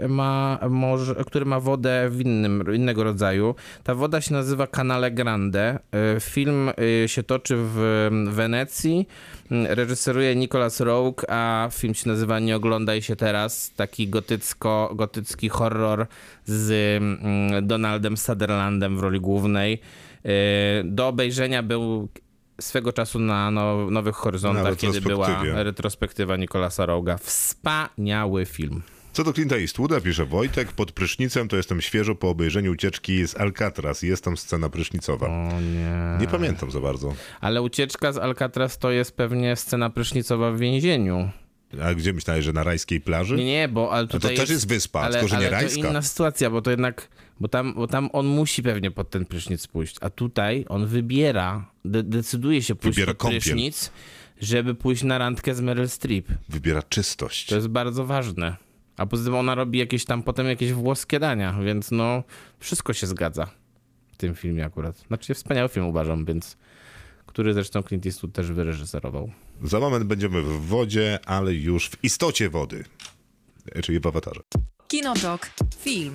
ma wodę innego rodzaju. Ta woda się nazywa Canale Grande. Film się toczy w Wenecji. Reżyseruje Nicolas Roeg, a film się nazywa Nie oglądaj się teraz. Taki gotycki horror z Donaldem Sutherlandem w roli głównej. Do obejrzenia był swego czasu na Nowych Horyzontach, kiedy była retrospektywa Nicolasa Roega. Wspaniały film. Co do Clint'a Eastwooda, pisze Wojtek, pod prysznicem to jestem świeżo po obejrzeniu Ucieczki z Alcatraz. Jest tam scena prysznicowa. O nie. Nie pamiętam za bardzo. Ale Ucieczka z Alcatraz to jest pewnie scena prysznicowa w więzieniu. A gdzie myślałeś, że na rajskiej plaży? Nie, ale tutaj to też jest wyspa, tylko że nie rajska. To inna sytuacja, bo to jednak, bo tam on musi pewnie pod ten prysznic pójść, a tutaj on decyduje się pójść pod prysznic, żeby pójść na randkę z Meryl Streep. Wybiera czystość. To jest bardzo ważne. A poza tym ona robi potem jakieś włoskie dania, więc no wszystko się zgadza w tym filmie akurat. Znaczy wspaniały film uważam, więc który zresztą Clint Eastwood też wyreżyserował. Za moment będziemy w wodzie, ale już w istocie wody. Czyli w awatarze. Kinotok. Film.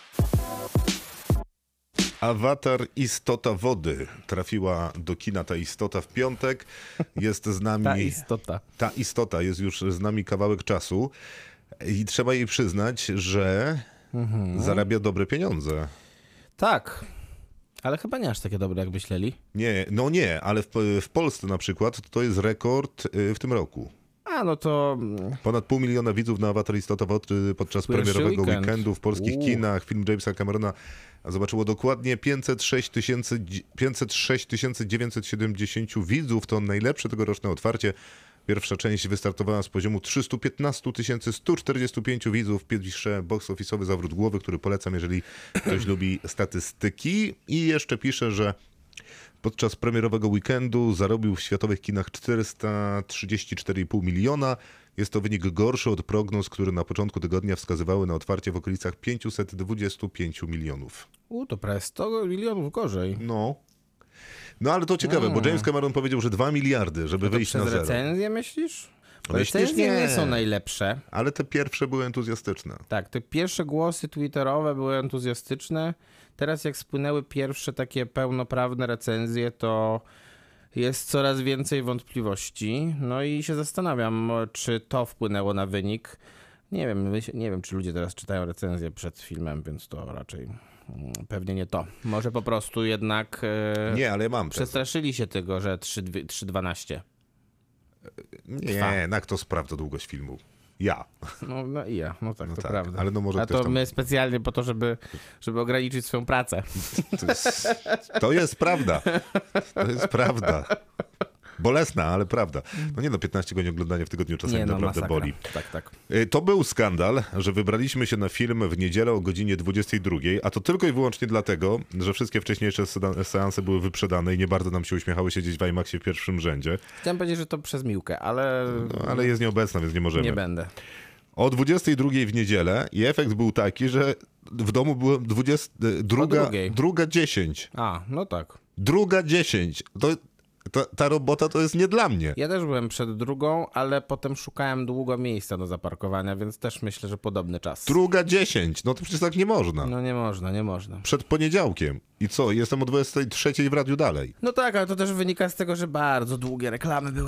Awatar Istota Wody. Trafiła do kina ta istota w piątek. Jest z nami... Ta istota jest już z nami kawałek czasu. I trzeba jej przyznać, że zarabia dobre pieniądze. Tak. Ale chyba nie aż takie dobre, jak myśleli. Nie, ale w Polsce na przykład to jest rekord w tym roku. No to Ponad 500 000 widzów na Avatar Istota Wody podczas Pierwszy premierowego weekend. weekendu w polskich kinach. Film Jamesa Camerona zobaczyło dokładnie 506 970 widzów. To najlepsze tegoroczne otwarcie. Pierwsza część wystartowała z poziomu 315 145 widzów. Pisze box office'owy zawrót głowy, który polecam, jeżeli ktoś lubi statystyki. I jeszcze pisze, że podczas premierowego weekendu zarobił w światowych kinach 434,5 miliona. Jest to wynik gorszy od prognoz, które na początku tygodnia wskazywały na otwarcie w okolicach 525 milionów. to prawie 100 milionów gorzej. No ale to ciekawe, bo James Cameron powiedział, że 2 miliardy, żeby wyjść Przez na zero. recenzję myślisz? Myślisz? Recenzje Nie. nie są najlepsze. Ale te pierwsze były entuzjastyczne. Tak, te pierwsze głosy twitterowe były entuzjastyczne. Teraz jak spłynęły pierwsze takie pełnoprawne recenzje, to jest coraz więcej wątpliwości. No i się zastanawiam, czy to wpłynęło na wynik. Nie wiem, czy ludzie teraz czytają recenzje przed filmem, więc to raczej pewnie nie to. Może po prostu jednak Nie, ale ja mam tezę. przestraszyli się tego, że 3:12. Nie, kto sprawdza długość filmu? Ja. No i ja, no tak, to tak, prawda. ale no może A ktoś to tam- my specjalnie po to, żeby ograniczyć swoją pracę. To jest prawda. To jest prawda. Bolesna, ale prawda. 15 godzin oglądania w tygodniu czasami naprawdę masakra. boli. Tak. To był skandal, że wybraliśmy się na film w niedzielę o godzinie 22, a to tylko i wyłącznie dlatego, że wszystkie wcześniejsze seanse były wyprzedane i nie bardzo nam się uśmiechały siedzieć w IMAXie w pierwszym rzędzie. Chciałem powiedzieć, że to przez Miłkę, ale Ale jest nieobecna, więc nie możemy. nie będę. O 22 w niedzielę i efekt był taki, że w domu byłem druga 10. No tak. Druga 10. Ta robota to jest nie dla mnie. Ja też byłem przed drugą, ale potem szukałem długo miejsca do zaparkowania, więc też myślę, że podobny czas. Druga 10. No to przecież tak nie można. No nie można. Przed poniedziałkiem. I co? Jestem o 23 w radiu dalej. No tak, ale to też wynika z tego, że bardzo długie reklamy były.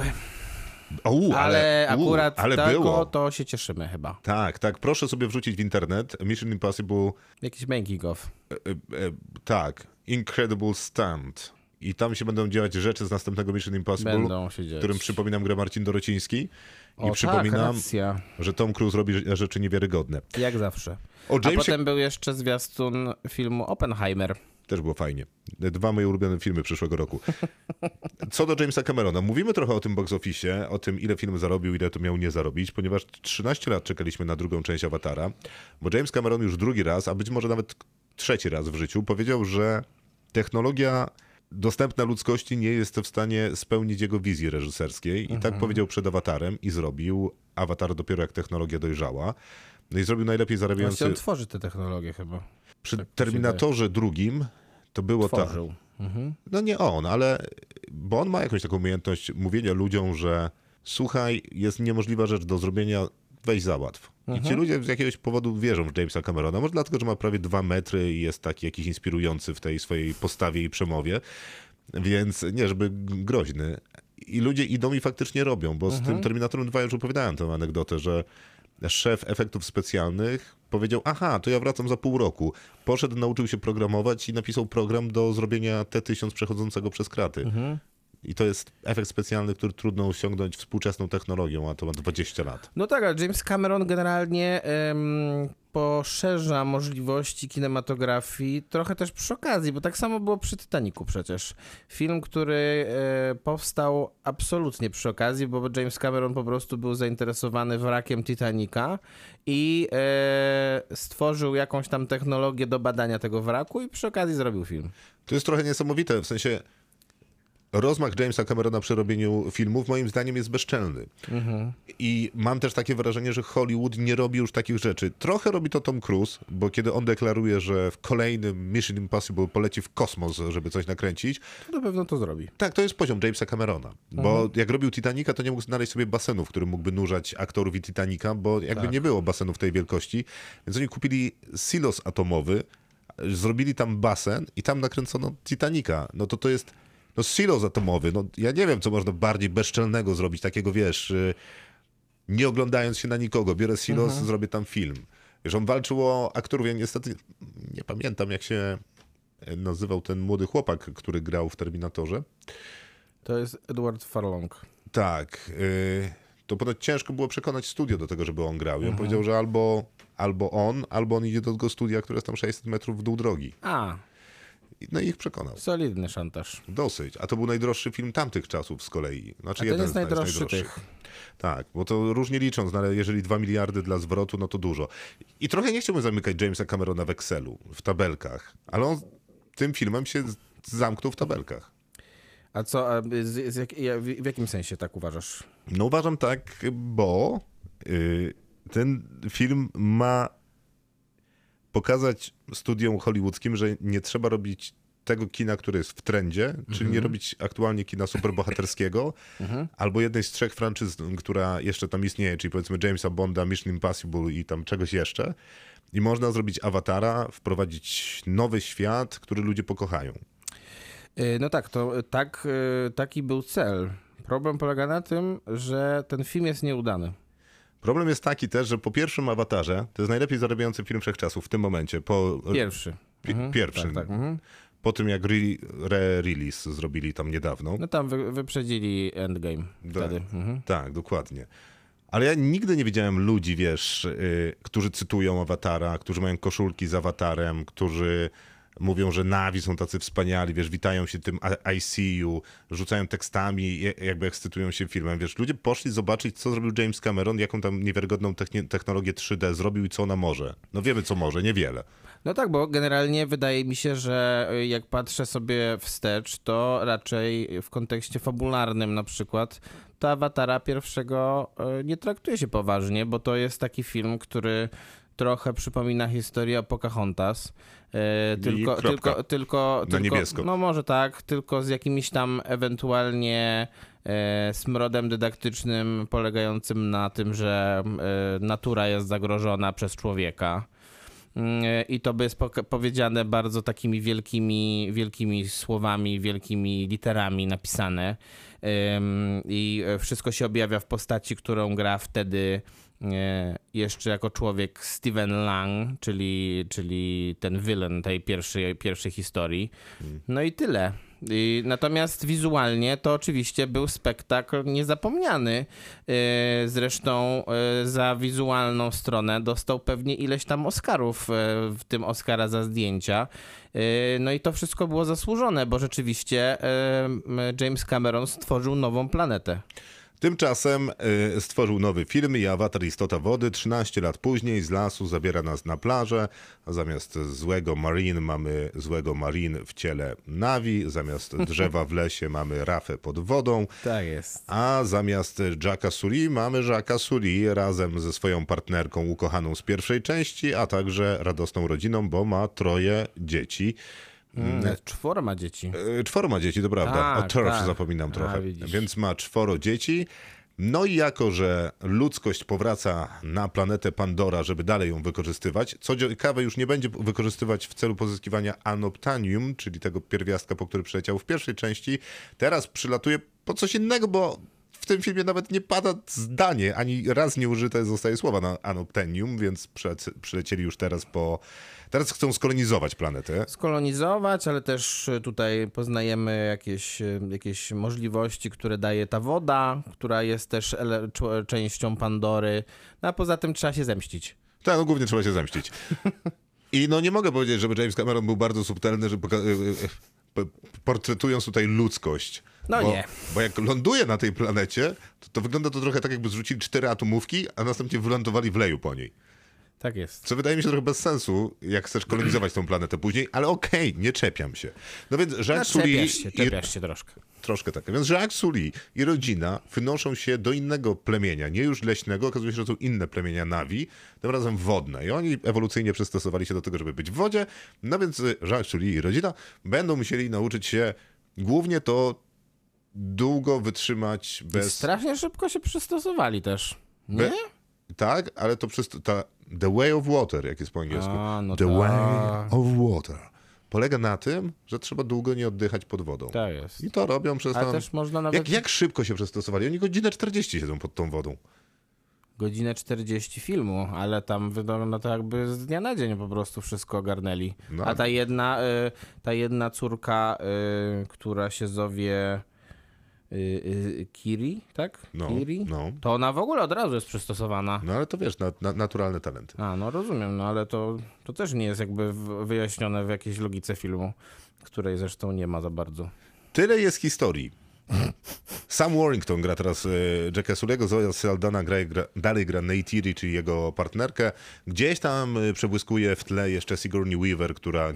Ale Akurat ale było. to się cieszymy chyba. Tak. Proszę sobie wrzucić w internet Mission Impossible, Jakiś making of. tak, Incredible Stunt. I tam się będą dziać rzeczy z następnego Mission Impossible, Będą się dziać. którym przypominam gra Marcin Dorociński. I O, przypominam, tak, racja. że Tom Cruise robi rzeczy niewiarygodne. Jak zawsze. O A Jamesie potem był jeszcze zwiastun filmu Oppenheimer. też było fajnie. 2 moje ulubione filmy przyszłego roku. Co do Jamesa Camerona, mówimy trochę o tym box office, o tym ile film zarobił, ile to miał nie zarobić, ponieważ 13 lat czekaliśmy na drugą część Awatara, bo James Cameron już drugi raz, a być może nawet trzeci raz w życiu powiedział, że technologia dostępna ludzkości nie jest w stanie spełnić jego wizji reżyserskiej i tak powiedział przed Awatarem i zrobił Awatar dopiero jak technologia dojrzała. No i zrobił najlepiej zarabiający... Właściwie on tworzy te technologie chyba. Przy tak mi się Terminatorze drugim to było tak. Tworzył. No nie on, ale bo on ma jakąś taką umiejętność mówienia ludziom, że słuchaj, jest niemożliwa rzecz do zrobienia, weź załatw. I ci ludzie z jakiegoś powodu wierzą w Jamesa Camerona. Może dlatego, że ma prawie 2 metry i jest taki jakiś inspirujący w tej swojej postawie i przemowie. Więc nie, żeby groźny. I ludzie idą i faktycznie robią, bo z tym Terminatorem 2 już opowiadałem tę anegdotę, że szef efektów specjalnych powiedział, to ja wracam za pół roku. Poszedł, nauczył się programować i napisał program do zrobienia T-1000 przechodzącego przez kraty. I to jest efekt specjalny, który trudno osiągnąć współczesną technologią, a to ma 20 lat. No tak, ale James Cameron generalnie poszerza możliwości kinematografii trochę też przy okazji, bo tak samo było przy Titanicu przecież. Film, który powstał absolutnie przy okazji, bo James Cameron po prostu był zainteresowany wrakiem Titanica i stworzył jakąś tam technologię do badania tego wraku i przy okazji zrobił film. To jest trochę niesamowite, w sensie rozmach Jamesa Camerona przy robieniu filmów moim zdaniem jest bezczelny. I mam też takie wrażenie, że Hollywood nie robi już takich rzeczy. Trochę robi to Tom Cruise, bo kiedy on deklaruje, że w kolejnym Mission Impossible poleci w kosmos, żeby coś nakręcić, To na pewno to zrobi. tak, to jest poziom Jamesa Camerona. Bo jak robił Titanica, to nie mógł znaleźć sobie basenu, w którym mógłby nurzać aktorów i Titanica, bo jakby nie było basenów tej wielkości. Więc oni kupili silos atomowy, zrobili tam basen i tam nakręcono Titanica. No to jest silos atomowy. No, ja nie wiem, co można bardziej bezczelnego zrobić, takiego wiesz, nie oglądając się na nikogo. Biorę silos, zrobię tam film. Wiesz, on walczył o aktorów, ja niestety nie pamiętam, jak się nazywał ten młody chłopak, który grał w Terminatorze. To jest Edward Furlong. Tak, to ponoć ciężko było przekonać studio do tego, żeby on grał. I on powiedział, że albo on idzie do tego studia, które jest tam 600 metrów w dół drogi. No i ich przekonał. Solidny szantaż. Dosyć. A to był najdroższy film tamtych czasów z kolei. Znaczy A ten jest najdroższy tych. Tak, bo to różnie licząc, no ale jeżeli 2 miliardy dla zwrotu, no to dużo. I trochę nie chciałbym zamykać Jamesa Camerona w Excelu, w tabelkach, ale on tym filmem się zamknął w tabelkach. A co, w jakim sensie tak uważasz? No uważam tak, bo ten film ma pokazać studiom hollywoodzkim, że nie trzeba robić tego kina, które jest w trendzie, czyli nie robić aktualnie kina superbohaterskiego, albo jednej z 3 franczyz, która jeszcze tam istnieje, czyli powiedzmy Jamesa Bonda, Mission Impossible i tam czegoś jeszcze. I można zrobić Awatara, wprowadzić nowy świat, który ludzie pokochają. No tak, taki był cel. Problem polega na tym, że ten film jest nieudany. Problem jest taki też, że po pierwszym Awatarze, to jest najlepiej zarabiający film wszechczasów w tym momencie. Pierwszy. Pierwszym. Tak. Po tym jak re-release zrobili tam niedawno. No tam wyprzedzili Endgame wtedy. Tak, dokładnie. Ale ja nigdy nie widziałem ludzi, wiesz, którzy cytują Awatara, którzy mają koszulki z Awatarem, którzy mówią, że Navi są tacy wspaniali, wiesz, witają się tym I see you, rzucają tekstami, jakby ekscytują się filmem. Wiesz, ludzie poszli zobaczyć, co zrobił James Cameron, jaką tam niewiarygodną technologię 3D zrobił i co ona może. No wiemy, co może, niewiele. No tak, bo generalnie wydaje mi się, że jak patrzę sobie wstecz, to raczej w kontekście fabularnym na przykład, to Awatara pierwszego nie traktuje się poważnie, bo to jest taki film, który trochę przypomina historię o Pocahontas. Tylko na niebiesko. No może tak, tylko z jakimiś tam ewentualnie smrodem dydaktycznym polegającym na tym, że natura jest zagrożona przez człowieka. I to by jest powiedziane bardzo takimi wielkimi słowami, wielkimi literami napisane. I wszystko się objawia w postaci, którą gra wtedy jeszcze jako człowiek Steven Lang, czyli ten villain tej pierwszej historii. No i tyle. Natomiast wizualnie to oczywiście był spektakl niezapomniany. Zresztą za wizualną stronę dostał pewnie ileś tam Oscarów, w tym Oscara za zdjęcia. No i to wszystko było zasłużone, bo rzeczywiście James Cameron stworzył nową planetę. Tymczasem stworzył nowy film i Awatar Istota Wody. 13 lat później z lasu zabiera nas na plażę, a zamiast złego Marine mamy złego Marine w ciele Navi, zamiast drzewa w lesie mamy Rafę pod wodą. Tak jest. A zamiast Jacka Sully mamy Jacka Sully razem ze swoją partnerką ukochaną z pierwszej części, a także radosną rodziną, bo ma 3 dzieci. 4 ma dzieci. 4 ma dzieci, to prawda. Tak, O Turf tak. zapominam trochę. Widzisz. Więc ma 4 dzieci. No i jako, że ludzkość powraca na planetę Pandora, żeby dalej ją wykorzystywać, co ciekawe już nie będzie wykorzystywać w celu pozyskiwania Unobtainium, czyli tego pierwiastka, po który przyleciał w pierwszej części, teraz przylatuje po coś innego, bo w tym filmie nawet nie pada zdanie, ani raz nie użyte zostaje słowa na Unobtainium, więc przylecieli już teraz Teraz chcą skolonizować planetę. Skolonizować, ale też tutaj poznajemy jakieś możliwości, które daje ta woda, która jest też częścią Pandory. No a poza tym trzeba się zemścić. Tak, no głównie trzeba się zemścić. I no nie mogę powiedzieć, żeby James Cameron był bardzo subtelny, że portretując tutaj ludzkość. Nie. Bo jak ląduje na tej planecie, to wygląda to trochę tak, jakby zrzucili 4 atomówki, a następnie wylądowali w leju po niej. Tak jest. Co wydaje mi się trochę bez sensu, jak chcesz kolonizować tą planetę później, ale okej, nie czepiam się. No więc Jacques Sully... Czepiasz się troszkę. Troszkę tak. Więc Jacques Sully i rodzina wynoszą się do innego plemienia, nie już leśnego, okazuje się, że są inne plemienia Navi, tym razem wodne. I oni ewolucyjnie przystosowali się do tego, żeby być w wodzie, no więc Jacques Sully i rodzina będą musieli nauczyć się głównie to długo wytrzymać bez... Strasznie szybko się przystosowali też. Nie? Tak, ale to The Way of Water, jak jest po angielsku. The Way of Water. Polega na tym, że trzeba długo nie oddychać pod wodą. Tak jest. I to robią przez Ale też można nawet... Jak szybko się przystosowali? Oni godzinę 40 siedzą pod tą wodą. Godzinę 40 filmu, ale tam wygląda to jakby z dnia na dzień po prostu wszystko ogarnęli. No. A ta jedna córka, która się zowie... Kiri, tak? No, Kiri? no. To ona w ogóle od razu jest przystosowana. No ale to wiesz, naturalne talenty. A, no rozumiem, no ale to też nie jest jakby wyjaśnione w jakiejś logice filmu, której zresztą nie ma za bardzo. Tyle jest historii. Sam Warrington gra teraz Jacka Sully'ego, Zoe Saldana dalej gra Neytiri, czyli jego partnerkę. Gdzieś tam przebłyskuje w tle jeszcze Sigourney Weaver, która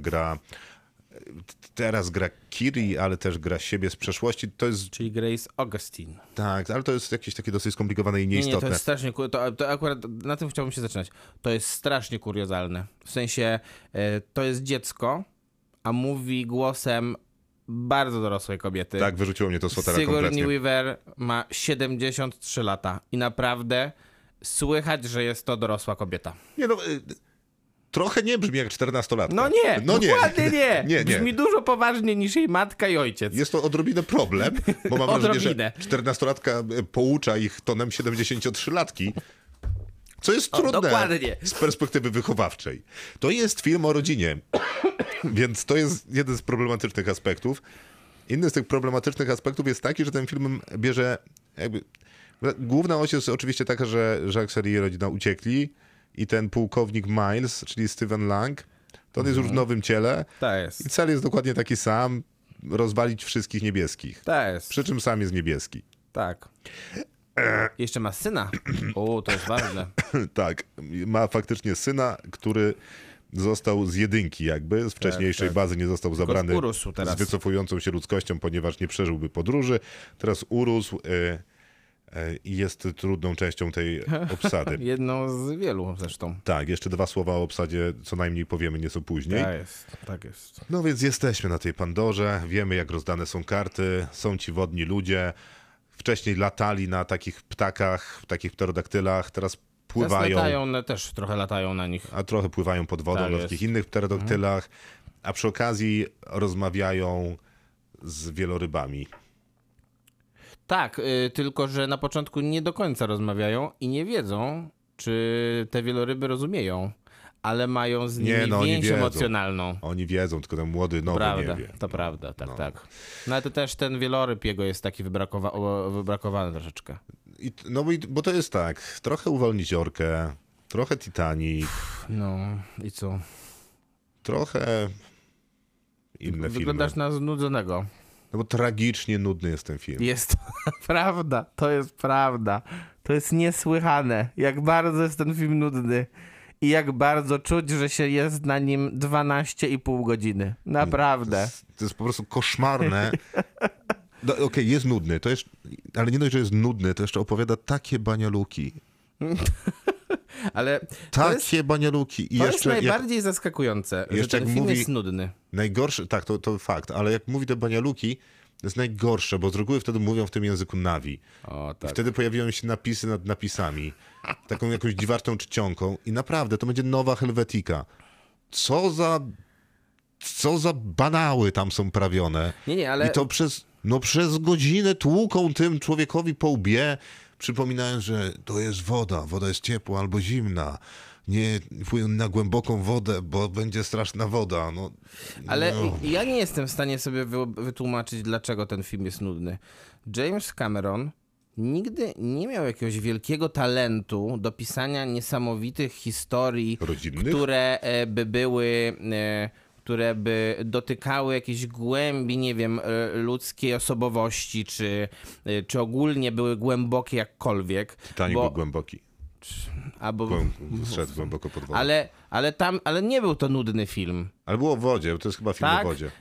teraz gra Kiri, ale też gra siebie z przeszłości. To jest, Czyli Grace Augustine. tak, ale to jest jakieś takie dosyć skomplikowane i nieistotne. Nie, to jest strasznie, to akurat na tym chciałbym się zaczynać. To jest strasznie kuriozalne. W sensie, to jest dziecko, a mówi głosem bardzo dorosłej kobiety. Tak, wyrzuciło mnie to z fotela Sigourney kompletnie. Weaver ma 73 lata i naprawdę słychać, że jest to dorosła kobieta. Nie no, trochę nie brzmi jak 14-latka. No nie, dokładnie nie. Nie. Brzmi dużo poważniej niż jej matka i ojciec. Jest to odrobinę problem, bo mam wrażenie, że Odrobinę. 14-latka poucza ich tonem 73-latki, co jest trudne dokładnie. z perspektywy wychowawczej. To jest film o rodzinie, więc to jest jeden z problematycznych aspektów. Inny z tych problematycznych aspektów jest taki, że ten film bierze jakby... Główna oś jest oczywiście taka, że Jacques Sully i rodzina uciekli i ten pułkownik Miles, czyli Stephen Lang, to on jest już w nowym ciele Tak jest. i cel jest dokładnie taki sam, rozwalić wszystkich niebieskich. Tak jest. Przy czym sam jest niebieski. Tak. Jeszcze ma syna. O, to jest ważne. Tak, ma faktycznie syna, który został z jedynki jakby, z wcześniejszej tak. bazy nie został zabrany urósł teraz. z wycofującą się ludzkością, ponieważ nie przeżyłby podróży. Teraz urósł i jest trudną częścią tej obsady. Jedną z wielu zresztą. Tak, jeszcze 2 słowa o obsadzie co najmniej powiemy nieco później. Tak jest. No więc jesteśmy na tej Pandorze, wiemy jak rozdane są karty, są ci wodni ludzie. Wcześniej latali na takich ptakach, takich pterodaktylach, teraz pływają. Też trochę latają na nich. A trochę pływają pod wodą Tak na jest. takich innych pterodaktylach, a przy okazji rozmawiają z wielorybami. Tak, tylko że na początku nie do końca rozmawiają i nie wiedzą, czy te wieloryby rozumieją, ale mają z nimi oni więź wiedzą. emocjonalną. Oni wiedzą, tylko ten młody nowy Prawda, nie wie. to prawda, tak, no. tak. No ale to też ten wieloryb jego jest taki wybrakowany troszeczkę. Bo to jest tak, trochę Uwolnić Orkę, trochę Titanic, No i co? trochę inne Wyglądasz filmy. na znudzonego. No bo tragicznie nudny jest ten film. Jest to prawda, to jest prawda. To jest niesłychane, jak bardzo jest ten film nudny i jak bardzo czuć, że się jest na nim 12,5 godziny. Naprawdę. To jest po prostu koszmarne. No, Okej, jest nudny, to jest, ale nie dość, że jest nudny, to jeszcze opowiada takie banialuki. Ale Takie banialuki. I to jeszcze jest najbardziej zaskakujące, że jeszcze ten jak film mówi- jest nudny. najgorsze, tak, to fakt, ale jak mówi te banialuki, to jest najgorsze, bo z reguły wtedy mówią w tym języku Nawi. O, I tak. wtedy pojawiają się napisy nad napisami, taką jakąś dziwaczną czcionką i naprawdę, to będzie nowa Helvetica. Co za banały tam są prawione. Nie, ale I to przez godzinę tłuką tym człowiekowi po łbie, przypominając, że to jest woda jest ciepła albo zimna. Nie płyń na głęboką wodę, bo będzie straszna woda. No, Ale no. ja nie jestem w stanie sobie wytłumaczyć, dlaczego ten film jest nudny. James Cameron nigdy nie miał jakiegoś wielkiego talentu do pisania niesamowitych historii, Rodzinnych? które by dotykały jakiejś głębi, nie wiem, ludzkiej osobowości, czy ogólnie były głębokie jakkolwiek. Titanic był głęboki. Albo, Zszedł głęboko pod wodę. ale nie był to nudny film. Ale było w wodzie, bo to jest chyba film Tak? o wodzie.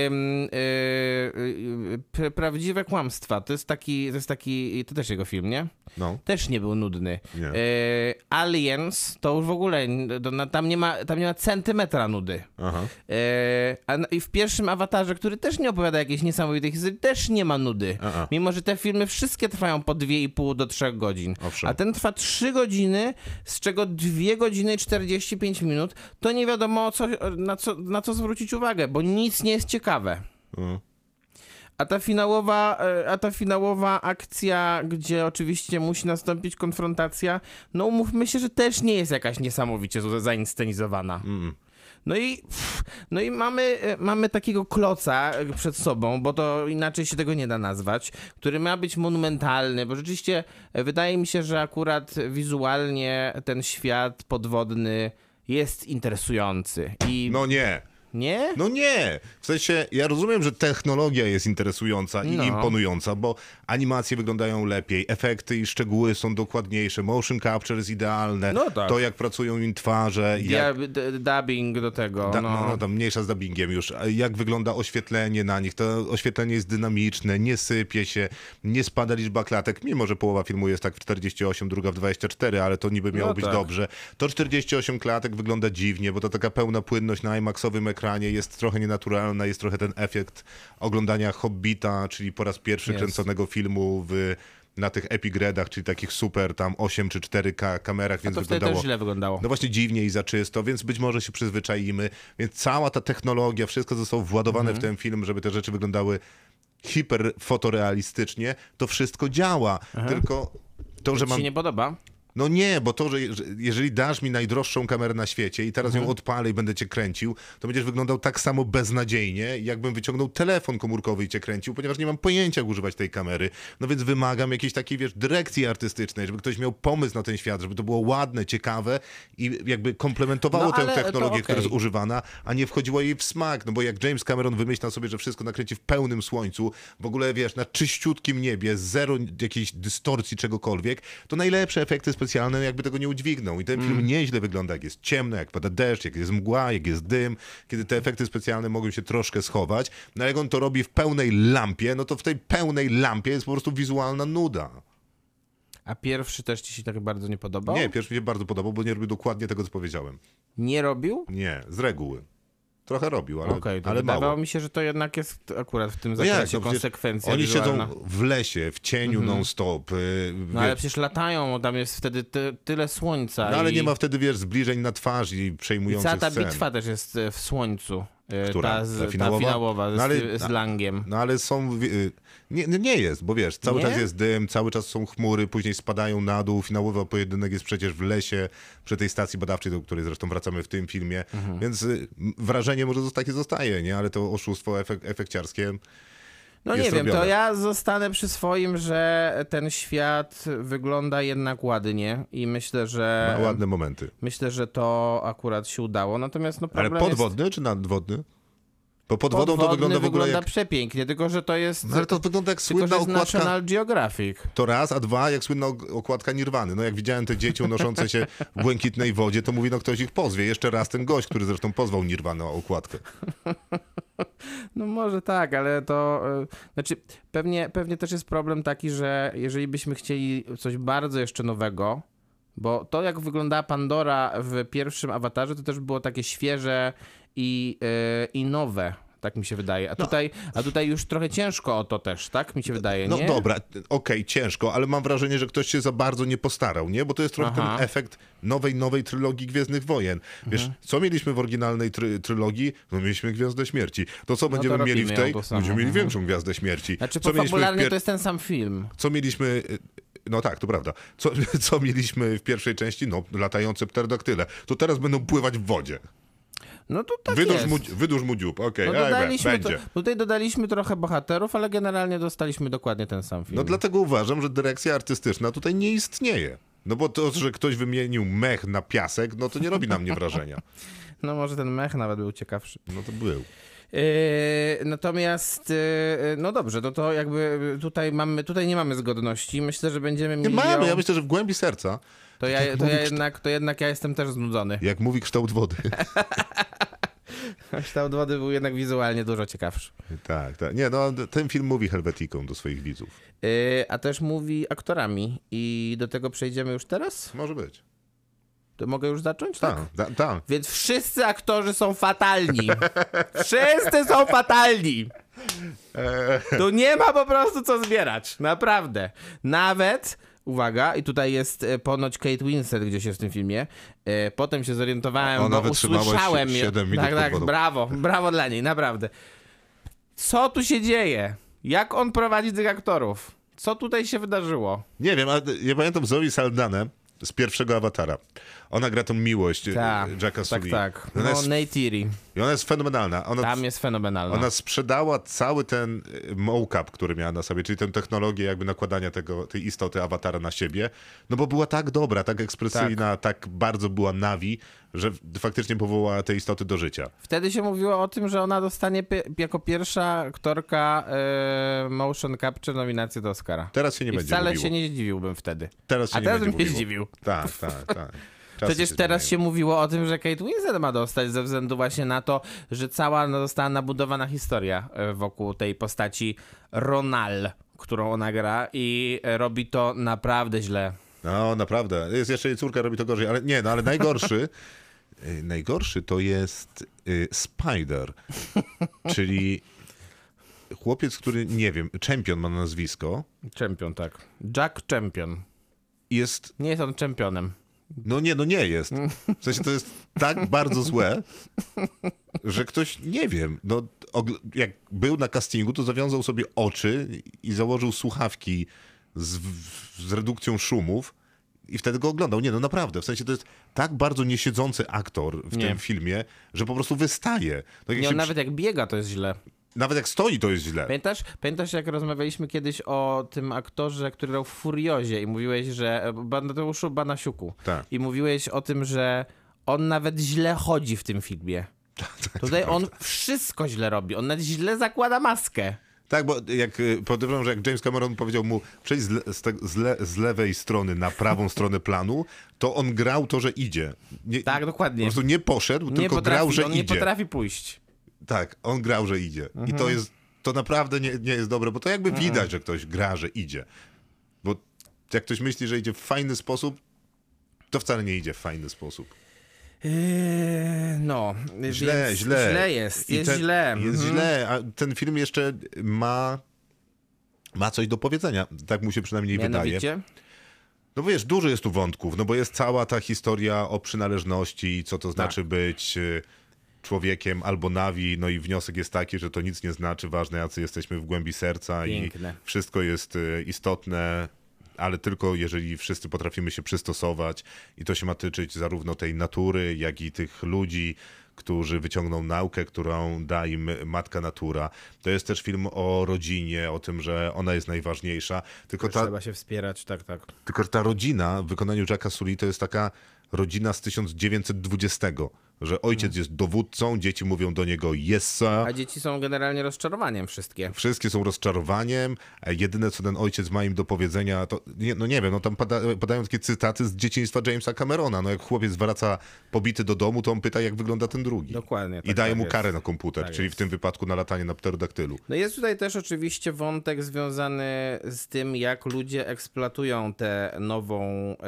Prawdziwe kłamstwa. To też jego film, nie? No. Też nie był nudny. Nie. Aliens to już w ogóle, tam nie ma centymetra nudy. Aha. I w pierwszym Awatarze, który też nie opowiada jakiejś niesamowitej historii, też nie ma nudy. Aha. Mimo, że te filmy wszystkie trwają po 2,5 do 3 godzin. Owszem. A ten trwa 3 godziny, z czego 2 godziny i 45 minut, to nie wiadomo na co zwrócić uwagę, bo nic nie jest ciekawe. Mhm. A ta finałowa akcja, gdzie oczywiście musi nastąpić konfrontacja, no umówmy się, że też nie jest jakaś niesamowicie zainscenizowana. No i mamy takiego kloca przed sobą, bo to inaczej się tego nie da nazwać, który ma być monumentalny, bo rzeczywiście wydaje mi się, że akurat wizualnie ten świat podwodny jest interesujący. No nie. Nie? No nie! W sensie, ja rozumiem, że technologia jest interesująca i No. imponująca, bo animacje wyglądają lepiej, efekty i szczegóły są dokładniejsze, motion capture jest idealne, No tak. to jak pracują im twarze, Dubbing do tego. no, tam mniejsza z dubbingiem już, jak wygląda oświetlenie na nich, to oświetlenie jest dynamiczne, nie sypie się, nie spada liczba klatek, mimo że połowa filmu jest tak w 48, druga w 24, ale to niby miało No być tak. dobrze. To 48 klatek wygląda dziwnie, bo to taka pełna płynność na IMAX-owym ekranie jest trochę nienaturalna, jest trochę ten efekt oglądania Hobbita, czyli po raz pierwszy Jest. kręconego filmu na tych epigredach, czyli takich super tam 8 czy 4K kamerach, więc To wtedy wyglądało też źle wyglądało. no właśnie dziwnie i za czysto, więc być może się przyzwyczaimy. Więc cała ta technologia, wszystko zostało władowane w ten film, żeby te rzeczy wyglądały hiperfotorealistycznie. To wszystko działa. Tylko to, że Ci mam... się nie podoba? No nie, bo to, że jeżeli dasz mi najdroższą kamerę na świecie i teraz ją odpalę i będę cię kręcił, to będziesz wyglądał tak samo beznadziejnie, jakbym wyciągnął telefon komórkowy i cię kręcił, ponieważ nie mam pojęcia, jak używać tej kamery. No więc wymagam jakiejś takiej, wiesz, dyrekcji artystycznej, żeby ktoś miał pomysł na ten świat, żeby to było ładne, ciekawe i jakby komplementowało No, tę ale to technologię, która jest okej. używana, a nie wchodziło jej w smak. No bo jak James Cameron wymyślał sobie, że wszystko nakręci w pełnym słońcu, w ogóle, wiesz, na czyściutkim niebie, zero jakiejś dystorcji czegokolwiek, to najlepsze efekty specjalne jakby tego nie udźwigną. I ten film nieźle wygląda, jak jest ciemno, jak pada deszcz, jak jest mgła, jak jest dym, kiedy te efekty specjalne mogą się troszkę schować. No jak on to robi w pełnej lampie, no to w tej pełnej lampie jest po prostu wizualna nuda. A pierwszy też ci się tak bardzo nie podobał? Nie, pierwszy mi się bardzo podobał, bo nie robił dokładnie tego, co powiedziałem. Nie robił? Nie, z reguły. Trochę robił, ale, Okej, to ale wydawało mało. mi się, że to jednak jest akurat w tym No jak, zakresie no przecież konsekwencja oni wizualna. siedzą w lesie, w cieniu non-stop. No ale przecież latają, tam jest wtedy tyle słońca. No ale i... nie ma wtedy, wiesz, zbliżeń na twarz i I przejmujących cała ta scen. bitwa też jest w słońcu. Która? Ta Ta finałowa? finałowa No z Langiem. No ale są... Nie jest, bo wiesz, cały Nie? czas jest dym, cały czas są chmury, później spadają na dół. Finałowy pojedynek jest przecież w lesie, przy tej stacji badawczej, do której zresztą wracamy w tym filmie. Więc wrażenie może takie zostaje, nie? Ale to oszustwo efekciarskie... No jest nie wiem, robione. to ja zostanę przy swoim, że ten świat wygląda jednak ładnie i myślę, że... Ma ładne momenty. Myślę, że to akurat się udało. Natomiast no Ale problem podwodny czy nadwodny? Bo pod jest... wodą to wygląda w ogóle wygląda jak... przepięknie, tylko że to jest... No ale to wygląda jak tylko, słynna że jest okładka... National Geographic. To raz, a dwa, jak słynna okładka Nirwany. No jak widziałem te dzieci unoszące się w błękitnej wodzie, to mówi, no ktoś ich pozwie. Jeszcze raz ten gość, który zresztą pozwał Nirwanę o okładkę. No może tak, ale to... Znaczy, pewnie też jest problem taki, że jeżeli byśmy chcieli coś bardzo jeszcze nowego, bo to jak wyglądała Pandora w pierwszym Awatarze, to też było takie świeże i nowe. Tak mi się wydaje. A tutaj już trochę ciężko o to też, tak? Mi się wydaje, No nie? dobra, okej, ciężko, ale mam wrażenie, że ktoś się za bardzo nie postarał, nie? Bo to jest trochę Aha. ten efekt nowej trylogii Gwiezdnych Wojen. Wiesz, co mieliśmy w oryginalnej trylogii? No mieliśmy Gwiazdę Śmierci. To co będziemy mieli w robimy tej? ją to samo. Będziemy mieli większą Gwiazdę Śmierci. Znaczy, Co mieliśmy fabularnie to jest ten sam film. Co mieliśmy... No tak, to prawda. Co mieliśmy w pierwszej części? No, latające pterodaktyle. To teraz będą pływać w wodzie. No to tak Wydłuż mu dziób, okej, No dodaliśmy będzie. tutaj dodaliśmy trochę bohaterów, ale generalnie dostaliśmy dokładnie ten sam film. No dlatego uważam, że dyrekcja artystyczna tutaj nie istnieje. No bo to, że ktoś wymienił mech na piasek, no to nie robi na mnie wrażenia. No może ten mech nawet był ciekawszy. No to był. Natomiast, no dobrze, to jakby tutaj nie mamy zgodności. Myślę, że będziemy Nie mieli mamy, ją... ja myślę, że w głębi serca, To jednak ja jestem też znudzony. jak mówi kształt wody. Kształt wody był jednak wizualnie dużo ciekawszy. Tak. Nie, no ten film mówi Helvetiką do swoich widzów. A też mówi aktorami i do tego przejdziemy już teraz? Może być. To mogę już zacząć, tak? Tak. Więc wszyscy aktorzy są fatalni. Wszyscy są fatalni. Tu nie ma po prostu co zbierać. Naprawdę. Nawet, uwaga, i tutaj jest ponoć Kate Winslet gdzieś jest w tym filmie. Potem się zorientowałem, Ona bo wytrzymała usłyszałem... 7 minut pod Tak, wodą. brawo dla niej, naprawdę. Co tu się dzieje? Jak on prowadzi tych aktorów? Co tutaj się wydarzyło? Nie wiem, ale ja pamiętam Zoe Saldanę z pierwszego Awatara. Ona gra tą miłość Jacka Sully. Tak. Ona No, jest, Neytiri. I ona jest fenomenalna. Tam jest fenomenalna. Ona sprzedała cały ten mocap, który miała na sobie, czyli tę technologię jakby nakładania tej istoty awatara na siebie, no bo była tak dobra, tak ekspresyjna, tak bardzo była Navi, że faktycznie powołała te istoty do życia. Wtedy się mówiło o tym, że ona dostanie jako pierwsza aktorka motion capture nominację do Oscara. Teraz się nie będzie wcale mówiło. się nie zdziwiłbym wtedy. Teraz się A nie teraz będzie bym się mówiło. zdziwił. Tak. Przecież teraz się mówiło o tym, że Kate Winslet ma dostać ze względu właśnie na to, że cała została nabudowana historia wokół tej postaci Ronal, którą ona gra i robi to naprawdę źle. No, naprawdę. Jest jeszcze jej córka, robi to gorzej, ale nie, no ale najgorszy to jest Spider, czyli chłopiec, który, nie wiem, Champion ma nazwisko. Champion, tak. Jack Champion. Jest... Nie jest on czempionem. No nie jest. W sensie to jest tak bardzo złe, że ktoś, nie wiem, no jak był na castingu, to zawiązał sobie oczy i założył słuchawki z redukcją szumów i wtedy go oglądał. Nie, no naprawdę. W sensie to jest tak bardzo niesiedzący aktor w tym filmie, że po prostu wystaje. Tak jak Nie, on nawet jak biega, to jest źle. Nawet jak stoi, to jest źle. Pamiętasz, jak rozmawialiśmy kiedyś o tym aktorze, który grał w Furiozie i mówiłeś, że Mateuszu Banasiuku. Tak. I mówiłeś o tym, że on nawet źle chodzi w tym filmie. Tutaj on wszystko źle robi. On nawet źle zakłada maskę. Tak, bo podejrzewam, że jak James Cameron powiedział mu przejść z lewej strony na prawą stronę planu, to on grał to, że idzie. Tak, dokładnie. Po prostu nie poszedł, tylko grał, że on idzie. nie potrafi pójść. Tak, on grał, że idzie. I to naprawdę nie jest dobre, bo to jakby widać, że ktoś gra, że idzie. Bo jak ktoś myśli, że idzie w fajny sposób, to wcale nie idzie w fajny sposób. No, Źle jest. Jest źle, a ten film jeszcze ma coś do powiedzenia. Tak mu się przynajmniej wydaje. No wiesz, dużo jest tu wątków, no bo jest cała ta historia o przynależności, co to znaczy być człowiekiem albo Navi, no i wniosek jest taki, że to nic nie znaczy, ważne jacy jesteśmy w głębi serca. Piękne. I wszystko jest istotne, ale tylko jeżeli wszyscy potrafimy się przystosować i to się ma tyczyć zarówno tej natury, jak i tych ludzi, którzy wyciągną naukę, którą da im matka natura. To jest też film o rodzinie, o tym, że ona jest najważniejsza. Trzeba się wspierać, tak. Tylko ta rodzina w wykonaniu Jacka Sully to jest taka rodzina z 1920, że ojciec jest dowódcą, dzieci mówią do niego yes sir. A dzieci są generalnie rozczarowaniem wszystkie. Wszystkie są rozczarowaniem, a jedyne co ten ojciec ma im do powiedzenia, to nie wiem, no tam padają takie cytaty z dzieciństwa Jamesa Camerona. No jak chłopiec wraca pobity do domu, to on pyta, jak wygląda ten drugi. Dokładnie. I daje mu karę na komputer, czyli jest. w tym wypadku na latanie na pterodaktylu. No jest tutaj też oczywiście wątek związany z tym, jak ludzie eksploatują tę nową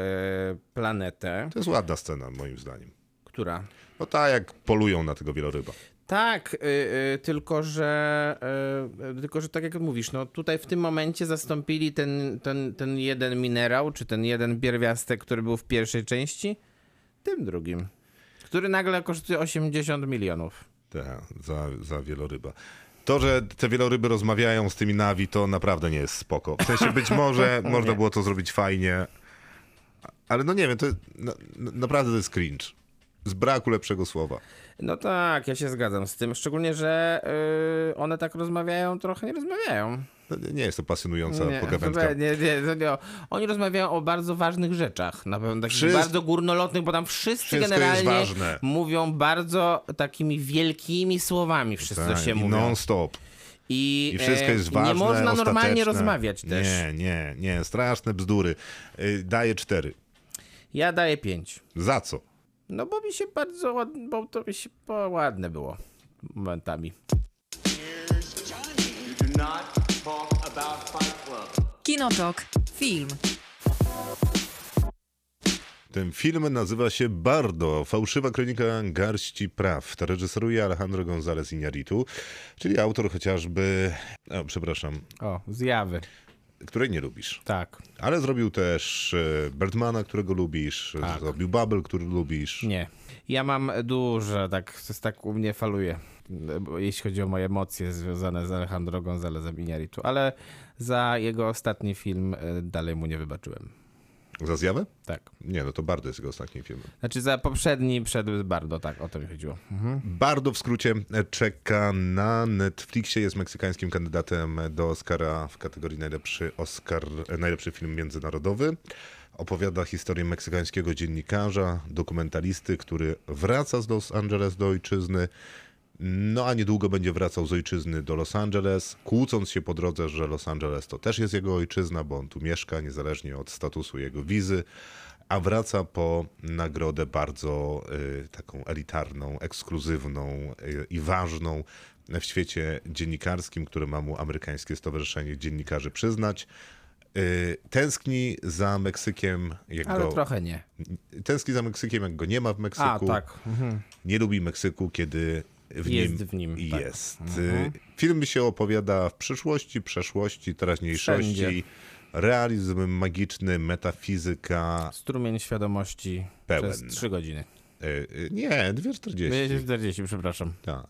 planetę. To jest ładna scena, moim zdaniem. Która? No tak, jak polują na tego wieloryba. Tak, tylko że tak jak mówisz, no tutaj w tym momencie zastąpili ten jeden minerał, czy ten jeden pierwiastek, który był w pierwszej części, tym drugim, który nagle kosztuje 80 milionów. Tak, za wieloryba. To, że te wieloryby rozmawiają z tymi Navi, to naprawdę nie jest spoko. W sensie być może można było to zrobić fajnie, ale no nie wiem, to naprawdę to jest cringe. Z braku lepszego słowa. No tak, ja się zgadzam z tym, szczególnie, że one tak rozmawiają, trochę nie rozmawiają. No, nie jest to pasjonująca pogawędka. Nie. Oni rozmawiają o bardzo ważnych rzeczach, na pewno takich bardzo górnolotnych, bo tam wszyscy generalnie mówią bardzo takimi wielkimi słowami, wszyscy to się mówią. Non-stop. I wszystko jest ważne, nie można normalnie rozmawiać też. Nie, straszne bzdury. Daję 4. Ja daję 5. Za co? No bo mi się bo to mi się ładne było momentami. Kinotok. Film. Ten film nazywa się Bardo, fałszywa kronika garści praw. To reżyseruje Alejandro González Iñárritu, czyli autor chociażby, Zjawy. której nie lubisz. Tak. Ale zrobił też Birdmana, którego lubisz, zrobił Babel, który lubisz. Nie. Ja mam dużo, tak u mnie faluje, jeśli chodzi o moje emocje związane z Alejandro Gonzálezem Iñárritu, ale za jego ostatni film dalej mu nie wybaczyłem. Za Zjawę? Tak. Nie, no to Bardo jest jego ostatnim filmem. Znaczy za poprzedni przed Bardo, tak, o to mi chodziło. Bardo w skrócie czeka na Netflixie, jest meksykańskim kandydatem do Oscara w kategorii najlepszy film międzynarodowy. Opowiada historię meksykańskiego dziennikarza, dokumentalisty, który wraca z Los Angeles do ojczyzny, no a niedługo będzie wracał z ojczyzny do Los Angeles, kłócąc się po drodze, że Los Angeles to też jest jego ojczyzna, bo on tu mieszka, niezależnie od statusu jego wizy, a wraca po nagrodę bardzo taką elitarną, ekskluzywną i ważną w świecie dziennikarskim, które ma mu amerykańskie Stowarzyszenie Dziennikarzy przyznać. Tęskni za Meksykiem, Ale trochę nie. Tęskni za Meksykiem, jak go nie ma w Meksyku. A, tak. Nie lubi Meksyku, kiedy w nim jest. Tak. Film się opowiada w przyszłości, przeszłości, teraźniejszości. Wszędzie. Realizm magiczny, metafizyka. Strumień świadomości Pełen. przez 3 godziny. Nie, 2,40. 40, przepraszam. Tak.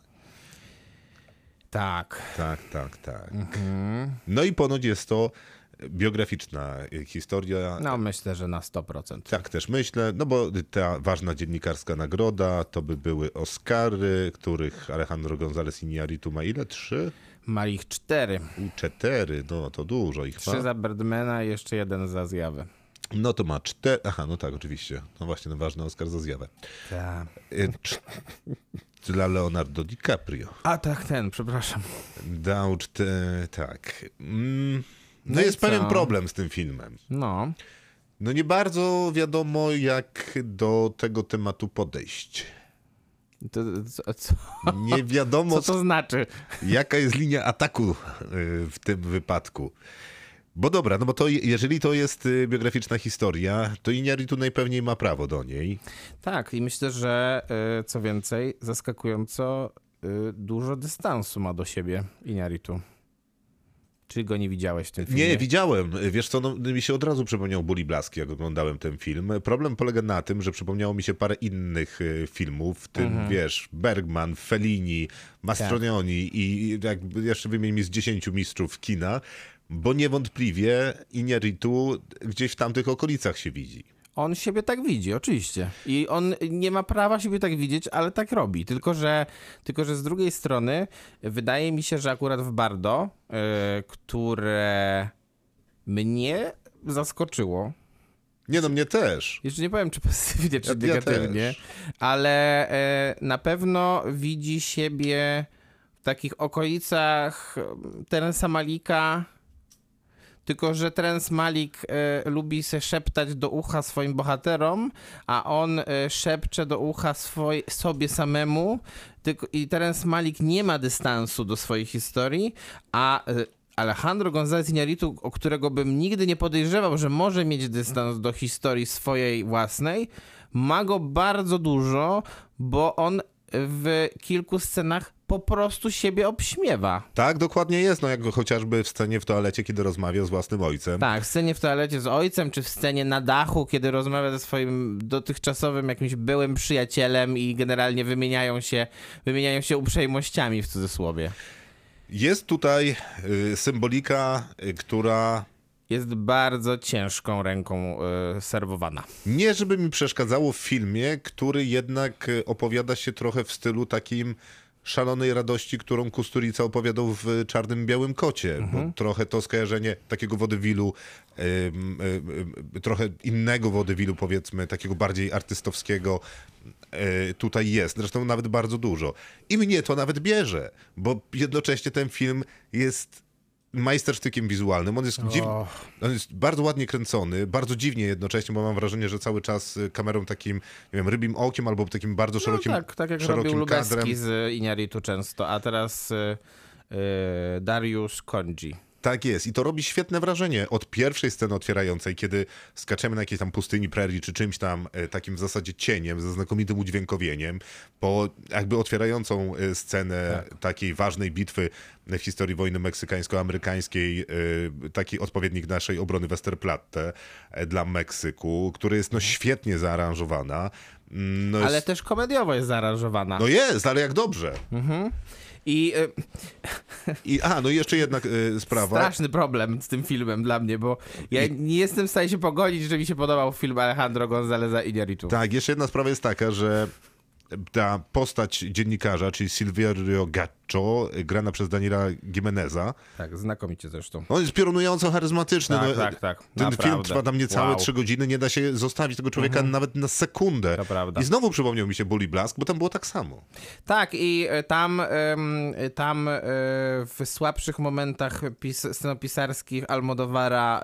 Tak. No i ponoć jest to biograficzna historia. No myślę, że na 100%. Tak też myślę, no bo ta ważna dziennikarska nagroda to by były Oscary, których Alejandro González Iñárritu ma ile? 3? Ma ich 4. 4, no to dużo ich 3 ma. za Birdmana i jeszcze 1 za Zjawę. No to ma 4, aha, no tak, oczywiście. No właśnie, ten ważny Oscar za Zjawę. Tak. Dla Leonardo DiCaprio. A tak, przepraszam. Dał tak. No No i jest pewien co? problem z tym filmem. No. No nie bardzo wiadomo, jak do tego tematu podejść. Co Nie wiadomo, to znaczy? jaka jest linia ataku w tym wypadku. Bo dobra, no bo to jeżeli to jest biograficzna historia, to Iñárritu najpewniej ma prawo do niej. Tak, i myślę, że co więcej, zaskakująco dużo dystansu ma do siebie Iñárritu. Czy go nie widziałeś w tym filmie? Nie, widziałem. Wiesz co, no, mi się od razu przypomniał Ból i Blask, jak oglądałem ten film. Problem polega na tym, że przypomniało mi się parę innych filmów, w tym, wiesz, Bergman, Fellini, Mastroianni i jakby jeszcze wymień mi z 10 mistrzów kina, bo niewątpliwie Iñárritu gdzieś w tamtych okolicach się widzi. On siebie tak widzi, oczywiście. I on nie ma prawa siebie tak widzieć, ale tak robi. Tylko że z drugiej strony wydaje mi się, że akurat w Bardo, które mnie zaskoczyło, Nie no, mnie też. jeszcze nie powiem, czy pozytywnie, czy Ja negatywnie, też. ale na pewno widzi siebie w takich okolicach Terensa Malika, tylko że Terence Malick lubi się szeptać do ucha swoim bohaterom, a on szepcze do ucha sobie samemu. I Terence Malick nie ma dystansu do swojej historii, a Alejandro González Iñárritu, o którego bym nigdy nie podejrzewał, że może mieć dystans do historii swojej własnej, ma go bardzo dużo, bo on w kilku scenach po prostu siebie obśmiewa. Tak, dokładnie jest. No jak chociażby w scenie w toalecie, kiedy rozmawiał z własnym ojcem. Tak, w scenie w toalecie z ojcem, czy w scenie na dachu, kiedy rozmawia ze swoim dotychczasowym jakimś byłym przyjacielem i generalnie wymieniają się uprzejmościami w cudzysłowie. Jest tutaj symbolika, która Jest bardzo ciężką ręką serwowana. nie żeby mi przeszkadzało w filmie, który jednak opowiada się trochę w stylu takim szalonej radości, którą Kusturica opowiadał w Czarnym Białym Kocie. Bo trochę to skojarzenie takiego wodywilu, trochę innego wodywilu, powiedzmy, takiego bardziej artystowskiego, tutaj jest. Zresztą nawet bardzo dużo. I mnie to nawet bierze, bo jednocześnie ten film jest majstersztykiem wizualnym. On jest bardzo ładnie kręcony, bardzo dziwnie jednocześnie, bo mam wrażenie, że cały czas kamerą takim, nie wiem, rybim okiem albo takim bardzo szerokim No tak jak szerokim robił kadrem. Lubecki z Iñárritu często, a teraz Dariusz Khondji. Tak jest i to robi świetne wrażenie od pierwszej sceny otwierającej, kiedy skaczemy na jakiejś tam pustyni, prerii czy czymś tam takim w zasadzie cieniem, ze znakomitym udźwiękowieniem, po jakby otwierającą scenę takiej ważnej bitwy w historii wojny meksykańsko-amerykańskiej, taki odpowiednik naszej obrony Westerplatte dla Meksyku, który jest no świetnie zaaranżowana. No Ale jest, też komediowo jest zaaranżowana. no jest, ale jak dobrze. I No i jeszcze jedna sprawa. Straszny problem z tym filmem dla mnie, bo ja nie jestem w stanie się pogodzić, że mi się podobał film Alejandro Gonzáleza Iñárritu. Tak, jeszcze jedna sprawa jest taka, że ta postać dziennikarza, czyli Silverio Gaccio, grana przez Daniela Gimeneza. Tak, znakomicie zresztą. On jest piorunująco charyzmatyczny. Tak. Ten Naprawdę. film trwa tam niecałe Wow. 3 godziny, nie da się zostawić tego człowieka nawet na sekundę. To prawda. I znowu przypomniał mi się Bully Blask, bo tam było tak samo. Tak, i tam w słabszych momentach scenopisarskich Almodóvara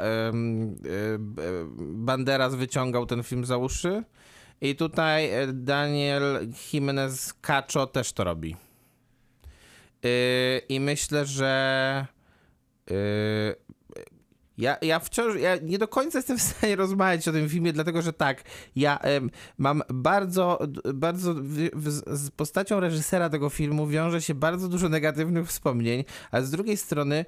Banderas wyciągał ten film za uszy. I tutaj Daniel Jimenez Cacho też to robi. I myślę, że ja wciąż nie do końca jestem w stanie rozmawiać o tym filmie, dlatego że tak, ja mam bardzo z postacią reżysera tego filmu wiąże się bardzo dużo negatywnych wspomnień, a z drugiej strony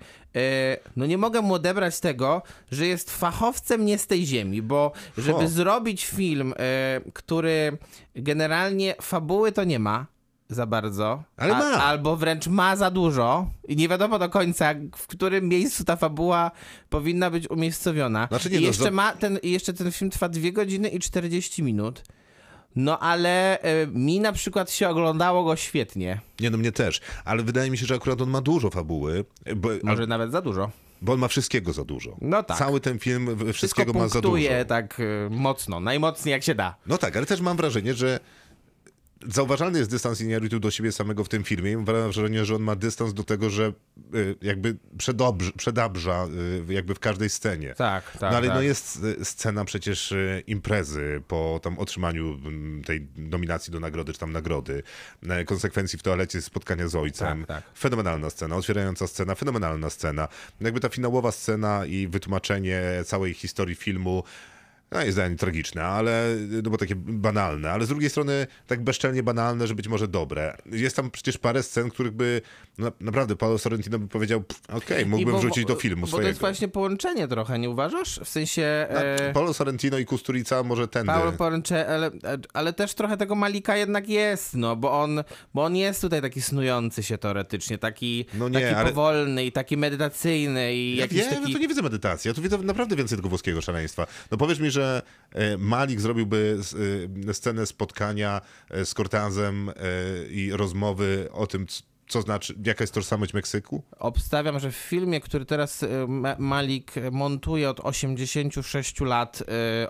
no nie mogę mu odebrać tego, że jest fachowcem nie z tej ziemi, bo żeby zrobić film, który generalnie fabuły to nie ma za bardzo, Ale ma. albo wręcz ma za dużo i nie wiadomo do końca, w którym miejscu ta fabuła powinna być umiejscowiona. Znaczy nie, I no, jeszcze ten film trwa 2 godziny i 40 minut. No ale mi na przykład się oglądało go świetnie. Nie, no mnie też. Ale wydaje mi się, że akurat on ma dużo fabuły. Może nawet za dużo. Bo on ma wszystkiego za dużo. No tak. Cały ten film wszystkiego ma za dużo. punktuje tak mocno, najmocniej jak się da. No tak, ale też mam wrażenie, że zauważalny jest dystans Iñárritu do siebie samego w tym filmie. Mam wrażenie, że on ma dystans do tego, że jakby przedabrza jakby w każdej scenie. Tak. No ale tak. no jest scena przecież imprezy po tam otrzymaniu tej nominacji do nagrody, czy tam nagrody, konsekwencji w toalecie spotkania z ojcem. Tak. Fenomenalna scena, otwierająca scena, fenomenalna scena. Jakby ta finałowa scena i wytłumaczenie całej historii filmu jest zdanie tragiczne, ale, no bo takie banalne, ale z drugiej strony tak bezczelnie banalne, że być może dobre. Jest tam przecież parę scen, których by naprawdę Paolo Sorrentino by powiedział, okej, mógłbym wrzucić do filmu bo swojego. to jest właśnie połączenie trochę, nie uważasz? W sensie... Paolo Sorrentino i Kusturica może tędy. Paolo Poręcze, ale też trochę tego Malika jednak jest, no, bo on jest tutaj taki snujący się teoretycznie, taki powolny i taki medytacyjny i Ja jakiś wiem, taki... to nie widzę medytacji, ja tu widzę naprawdę więcej tego włoskiego szaleństwa. No powiesz mi, że Malik zrobiłby scenę spotkania z Cortazem i rozmowy o tym, co znaczy, jaka jest tożsamość Meksyku? Obstawiam, że w filmie, który teraz Malik montuje od 86 lat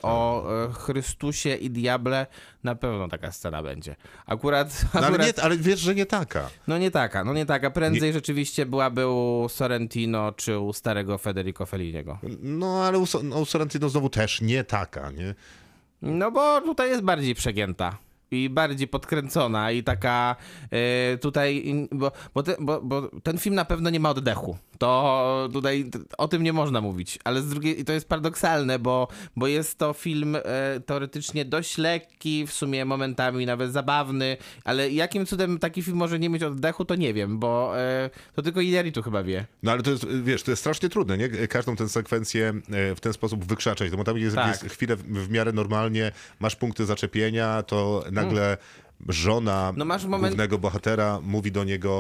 o Chrystusie i diable, na pewno taka scena będzie. Akurat... Ale wiesz, że nie taka. No nie taka. Prędzej rzeczywiście byłaby u Sorrentino czy u starego Federico Felliniego. No ale u Sorrentino znowu też nie taka, nie? No bo tutaj jest bardziej przegięta. I bardziej podkręcona i taka tutaj, bo ten film na pewno nie ma oddechu. To tutaj o tym nie można mówić, ale z drugiej, i to jest paradoksalne, bo jest to film teoretycznie dość lekki, w sumie momentami nawet zabawny, ale jakim cudem taki film może nie mieć oddechu, to nie wiem, bo to tylko Iñárritu chyba wie. No ale to jest, wiesz, to jest strasznie trudne, nie? Każdą tę sekwencję w ten sposób wykrzaczać, no bo tam jest chwilę w miarę normalnie, masz punkty zaczepienia, to nagle żona głównego bohatera mówi do niego,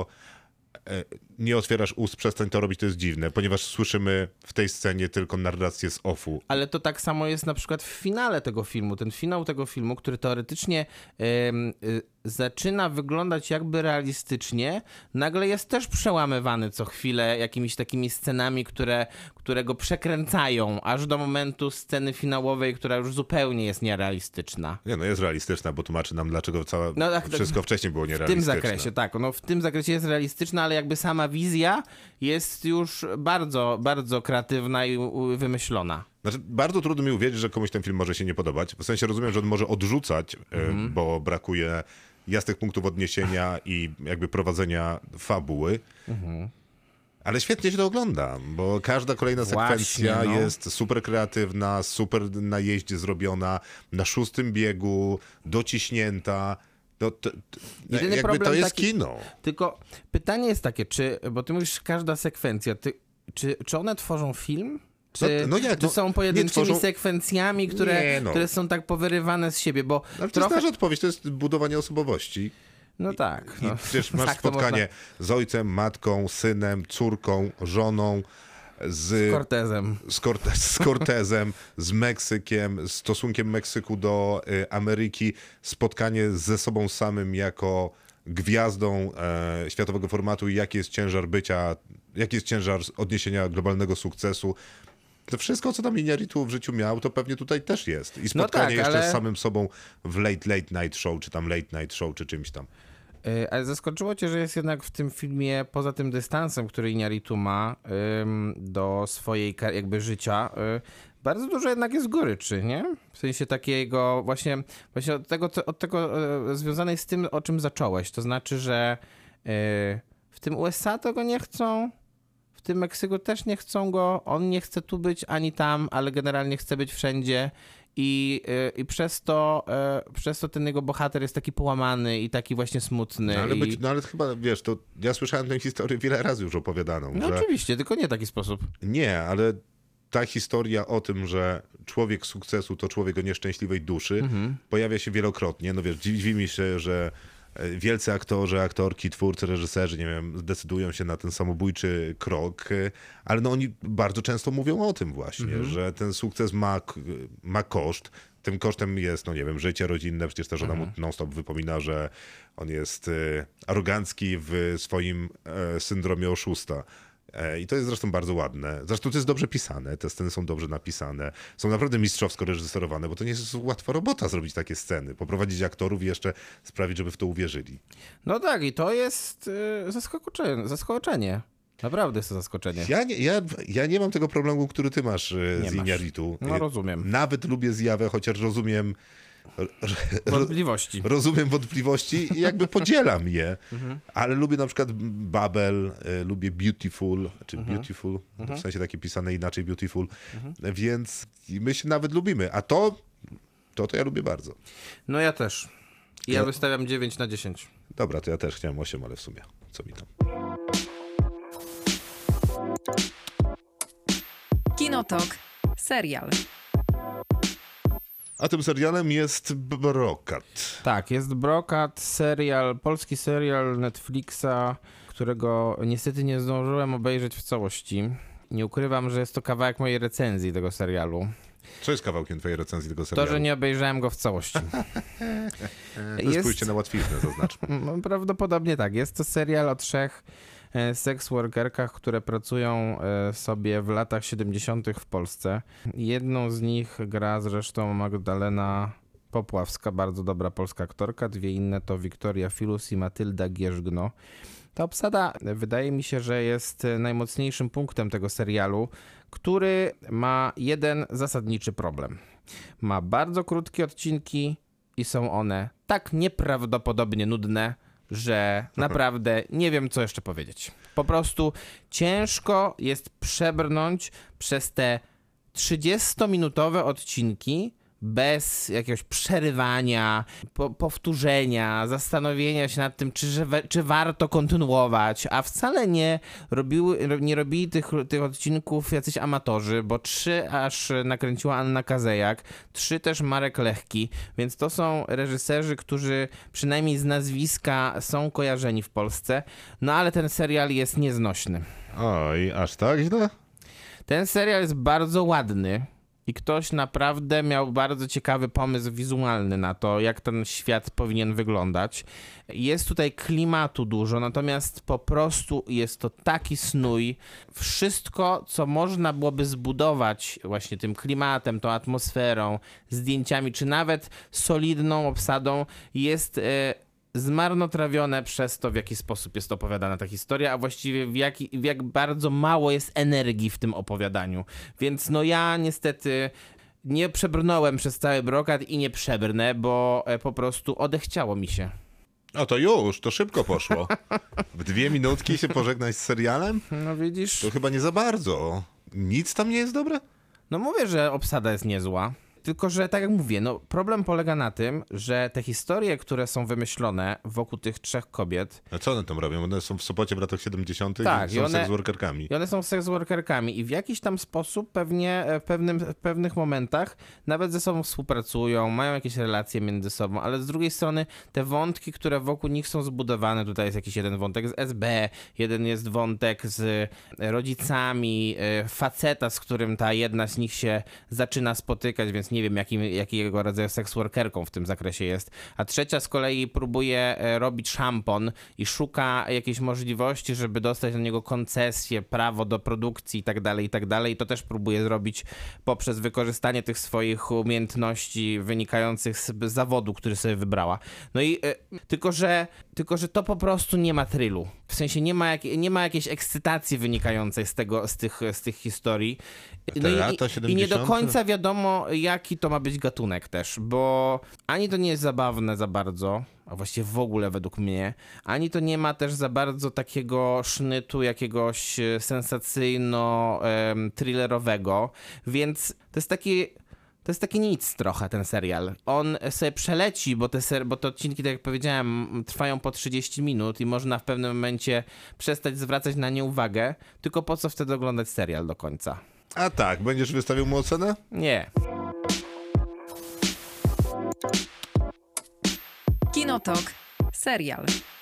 nie otwierasz ust, przestań to robić, to jest dziwne, ponieważ słyszymy w tej scenie tylko narrację z offu. Ale to tak samo jest na przykład w finale tego filmu. Ten finał tego filmu, który teoretycznie zaczyna wyglądać jakby realistycznie, nagle jest też przełamywany co chwilę jakimiś takimi scenami, które go przekręcają, aż do momentu sceny finałowej, która już zupełnie jest nierealistyczna. Nie, no jest realistyczna, bo tłumaczy nam, dlaczego wszystko wcześniej było W nierealistyczne. tym zakresie, tak. No, w tym zakresie jest realistyczna, ale jakby sama wizja jest już bardzo, bardzo kreatywna i wymyślona. Znaczy, bardzo trudno mi uwierzyć, że komuś ten film może się nie podobać. W sensie rozumiem, że on może odrzucać, bo brakuje jasnych punktów odniesienia i jakby prowadzenia fabuły. Ale świetnie się to ogląda, bo każda kolejna sekwencja jest super kreatywna, super na jeździe zrobiona, na 6. biegu, dociśnięta. Jakby problem to jest taki, kino. Tylko pytanie jest takie, bo ty mówisz każda sekwencja, czy one tworzą film? Czy są pojedynczymi sekwencjami, które są tak powyrywane z siebie? Bo ale to jest nasza odpowiedź, to jest budowanie osobowości. No tak. I No. przecież masz Tak to spotkanie z ojcem, matką, synem, córką, żoną, Z Cortezem. z Cortezem, z Meksykiem, stosunkiem Meksyku do Ameryki, spotkanie ze sobą samym jako gwiazdą światowego formatu i jaki jest ciężar bycia, jaki jest ciężar odniesienia globalnego sukcesu. To wszystko, co tam Iñárritu w życiu miał, to pewnie tutaj też jest. I spotkanie jeszcze z samym sobą w Late Night Show, czy tam Late Night Show, czy czymś tam. Ale zaskoczyło cię, że jest jednak w tym filmie, poza tym dystansem, który Iñárritu ma do swojej jakby życia, bardzo dużo jednak jest goryczy, nie? W sensie takiego właśnie od tego związanej z tym, o czym zacząłeś. To znaczy, że w tym USA to go nie chcą, w tym Meksyku też nie chcą go, on nie chce tu być ani tam, ale generalnie chce być wszędzie. I przez to ten jego bohater jest taki połamany i taki właśnie smutny. No ale chyba, wiesz, to ja słyszałem tę historię wiele razy już opowiadaną. No że... oczywiście, tylko nie w taki sposób. Nie, ale ta historia o tym, że człowiek sukcesu to człowiek o nieszczęśliwej duszy, pojawia się wielokrotnie. No wiesz, dziwi mi się, że wielcy aktorzy, aktorki, twórcy, reżyserzy, nie wiem, decydują się na ten samobójczy krok, ale no oni bardzo często mówią o tym właśnie, że ten sukces ma koszt. Tym kosztem jest, no nie wiem, życie rodzinne, przecież ta żona mu non-stop wypomina, że on jest arogancki w swoim syndromie oszusta. I to jest zresztą bardzo ładne. Zresztą to jest dobrze pisane, te sceny są dobrze napisane. Są naprawdę mistrzowsko reżyserowane, bo to nie jest łatwa robota zrobić takie sceny. Poprowadzić aktorów i jeszcze sprawić, żeby w to uwierzyli. No tak, i to jest zaskoczenie. Naprawdę jest to zaskoczenie. Ja nie mam tego problemu, który ty masz z Iñárritu. No rozumiem. Nawet lubię zjawę, chociaż rozumiem... Wątpliwości. Rozumiem wątpliwości i jakby podzielam je, ale lubię na przykład Babel, lubię Beautiful, czy Beautiful, w sensie takie pisane inaczej Beautiful, więc my się nawet lubimy, a to ja lubię bardzo. No ja też. Ja wystawiam 9/10. Dobra, to ja też chciałem 8, ale w sumie co mi tam. Kinotok. Serial. A tym serialem jest Brokat. Tak, jest Brokat, serial, polski serial Netflixa, którego niestety nie zdążyłem obejrzeć w całości. Nie ukrywam, że jest to kawałek mojej recenzji tego serialu. Co jest kawałkiem twojej recenzji tego serialu? To, że nie obejrzałem go w całości. To jest pójście na łatwiznę, zaznaczmy. Prawdopodobnie tak. Jest to serial o 3 sex workerkach, które pracują sobie w latach 70. w Polsce. Jedną z nich gra zresztą Magdalena Popławska, bardzo dobra polska aktorka. 2 inne to Wiktoria Filus i Matylda Gierzgno. Ta obsada wydaje mi się, że jest najmocniejszym punktem tego serialu, który ma jeden zasadniczy problem. Ma bardzo krótkie odcinki i są one tak nieprawdopodobnie nudne, że naprawdę nie wiem, co jeszcze powiedzieć. Po prostu ciężko jest przebrnąć przez te 30-minutowe odcinki bez jakiegoś przerywania, powtórzenia, zastanowienia się nad tym, czy warto kontynuować, a wcale nie robili tych odcinków jacyś amatorzy, bo 3 aż nakręciła Anna Kazejak, 3 też Marek Lechki, więc to są reżyserzy, którzy przynajmniej z nazwiska są kojarzeni w Polsce, no ale ten serial jest nieznośny. Oj, aż tak źle? Ten serial jest bardzo ładny. I ktoś naprawdę miał bardzo ciekawy pomysł wizualny na to, jak ten świat powinien wyglądać. Jest tutaj klimatu dużo, natomiast po prostu jest to taki snój. Wszystko, co można byłoby zbudować właśnie tym klimatem, tą atmosferą, zdjęciami, czy nawet solidną obsadą, jest zmarnotrawione przez to, w jaki sposób jest opowiadana ta historia, a właściwie w jak bardzo mało jest energii w tym opowiadaniu. Więc no ja niestety nie przebrnąłem przez cały Brokat i nie przebrnę, bo po prostu odechciało mi się. O to już, to szybko poszło. W 2 minutki się pożegnać z serialem? No widzisz? To chyba nie za bardzo. Nic tam nie jest dobre? No mówię, że obsada jest niezła. Tylko że tak jak mówię, no problem polega na tym, że te historie, które są wymyślone wokół tych 3 kobiet... A co one tam robią? One są w Sopocie w latach 70. Tak, i są seksworkerkami. I one są seksworkerkami i w jakiś tam sposób pewnie w pewnych momentach nawet ze sobą współpracują, mają jakieś relacje między sobą, ale z drugiej strony te wątki, które wokół nich są zbudowane, tutaj jest jakiś jeden wątek z SB, jeden jest wątek z rodzicami, faceta, z którym ta jedna z nich się zaczyna spotykać, więc nie wiem jakiego rodzaju seksworkerką w tym zakresie jest, a trzecia z kolei próbuje robić szampon i szuka jakiejś możliwości, żeby dostać na niego koncesję, prawo do produkcji i tak dalej, i to też próbuje zrobić poprzez wykorzystanie tych swoich umiejętności wynikających z zawodu, który sobie wybrała. No i tylko, że to po prostu nie ma thrillu. W sensie nie ma jakiejś ekscytacji wynikającej z tych historii. No i nie do końca wiadomo, jaki to ma być gatunek też, bo ani to nie jest zabawne za bardzo, a właściwie w ogóle według mnie, ani to nie ma też za bardzo takiego sznytu jakiegoś sensacyjno-thrillerowego, więc to jest taki nic trochę ten serial. On sobie przeleci, bo te odcinki, tak jak powiedziałem, trwają po 30 minut i można w pewnym momencie przestać zwracać na nie uwagę, tylko po co wtedy oglądać serial do końca? A tak, będziesz wystawił mu ocenę? Nie. Kinotok. Serial.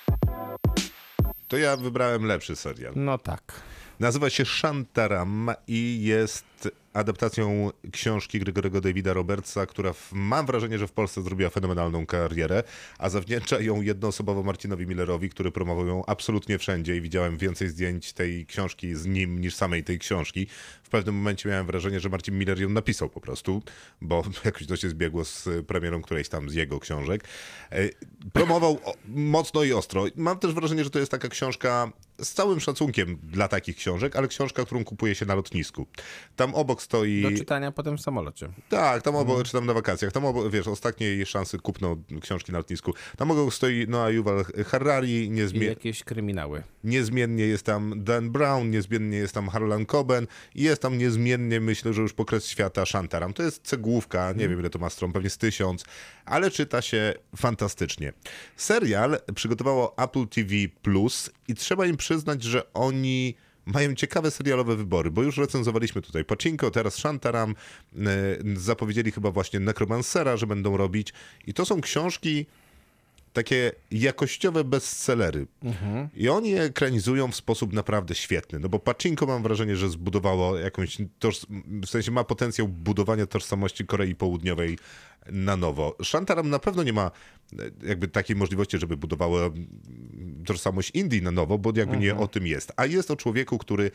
To ja wybrałem lepszy serial. No tak. Nazywa się Shantaram i jest adaptacją książki Gregorego Davida Robertsa, która mam wrażenie, że w Polsce zrobiła fenomenalną karierę, a zawdzięcza ją jednoosobowo Marcinowi Millerowi, który promował ją absolutnie wszędzie i widziałem więcej zdjęć tej książki z nim niż samej tej książki. W pewnym momencie miałem wrażenie, że Marcin Miller ją napisał po prostu, bo jakoś to się zbiegło z premierą którejś tam z jego książek. Promował mocno i ostro. Mam też wrażenie, że to jest taka książka z całym szacunkiem dla takich książek, ale książka, którą kupuje się na lotnisku. Tam obok stoi... Do czytania potem w samolocie. Tak, tam obok, czy tam na wakacjach. Tam obok, wiesz, ostatniej szansy kupno książki na lotnisku. Tam obok stoi Noah Yuval Harari. I jakieś kryminały. Niezmiennie jest tam Dan Brown, niezmiennie jest tam Harlan Coben i jest tam niezmiennie, myślę, że już po kres świata Shantaram. To jest cegłówka, nie wiem ile to ma stron, pewnie z 1000, ale czyta się fantastycznie. Serial przygotowało Apple TV Plus i trzeba im przyznać, że oni mają ciekawe serialowe wybory, bo już recenzowaliśmy tutaj Pachinko, teraz Shantaram, zapowiedzieli chyba właśnie Necromancera, że będą robić i to są książki takie jakościowe bestsellery. I oni je ekranizują w sposób naprawdę świetny. No bo Pachinko mam wrażenie, że zbudowało jakąś, w sensie ma potencjał budowania tożsamości Korei Południowej na nowo. Shantaram na pewno nie ma jakby takiej możliwości, żeby budowało tożsamość Indii na nowo, bo jakby nie o tym jest. A jest o człowieku, który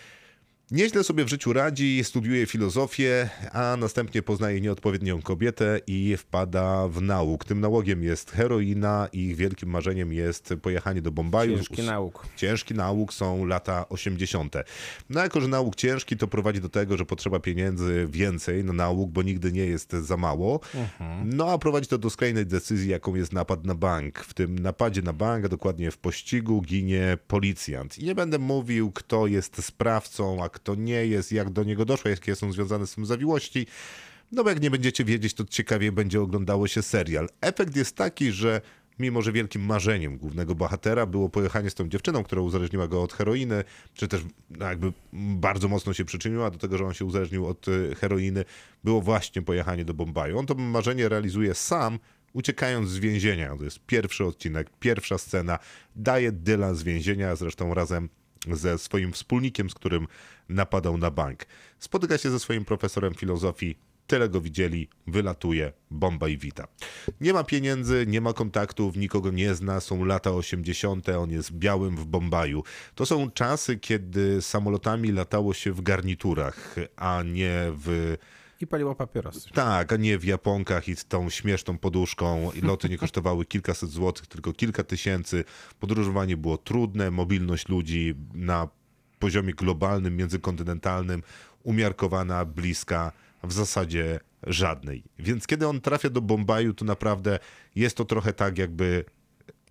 nieźle sobie w życiu radzi, studiuje filozofię, a następnie poznaje nieodpowiednią kobietę i wpada w nałóg. Tym nałogiem jest heroina i ich wielkim marzeniem jest pojechanie do Bombaju. Ciężki nałóg. Ciężki nałóg, są lata 80. No jako, że nałóg ciężki, to prowadzi do tego, że potrzeba pieniędzy więcej na nałóg, bo nigdy nie jest za mało. No a prowadzi to do skrajnej decyzji, jaką jest napad na bank. W tym napadzie na bank, a dokładnie w pościgu, ginie policjant. I nie będę mówił, kto jest sprawcą, a kto nie jest, jak do niego doszło, jakie są związane z tym zawiłości. No bo jak nie będziecie wiedzieć, to ciekawie będzie oglądało się serial. Efekt jest taki, że mimo że wielkim marzeniem głównego bohatera było pojechanie z tą dziewczyną, która uzależniła go od heroiny, czy też jakby bardzo mocno się przyczyniła do tego, że on się uzależnił od heroiny, było właśnie pojechanie do Bombaju. On to marzenie realizuje sam, uciekając z więzienia. To jest pierwszy odcinek, pierwsza scena. Daje Dylan z więzienia, zresztą razem ze swoim wspólnikiem, z którym napadał na bank. Spotyka się ze swoim profesorem filozofii, tyle go widzieli, wylatuje, bomba i wita. Nie ma pieniędzy, nie ma kontaktów, nikogo nie zna, są lata 80., on jest białym w Bombaju. To są czasy, kiedy samolotami latało się w garniturach, a nie w... I paliło papierosy. Tak, a nie w japonkach i z tą śmieszną poduszką. I loty nie kosztowały kilkaset złotych, tylko kilka tysięcy. Podróżowanie było trudne, mobilność ludzi na poziomie globalnym, międzykontynentalnym, umiarkowana, bliska, w zasadzie żadnej. Więc kiedy on trafia do Bombaju, to naprawdę jest to trochę tak, jakby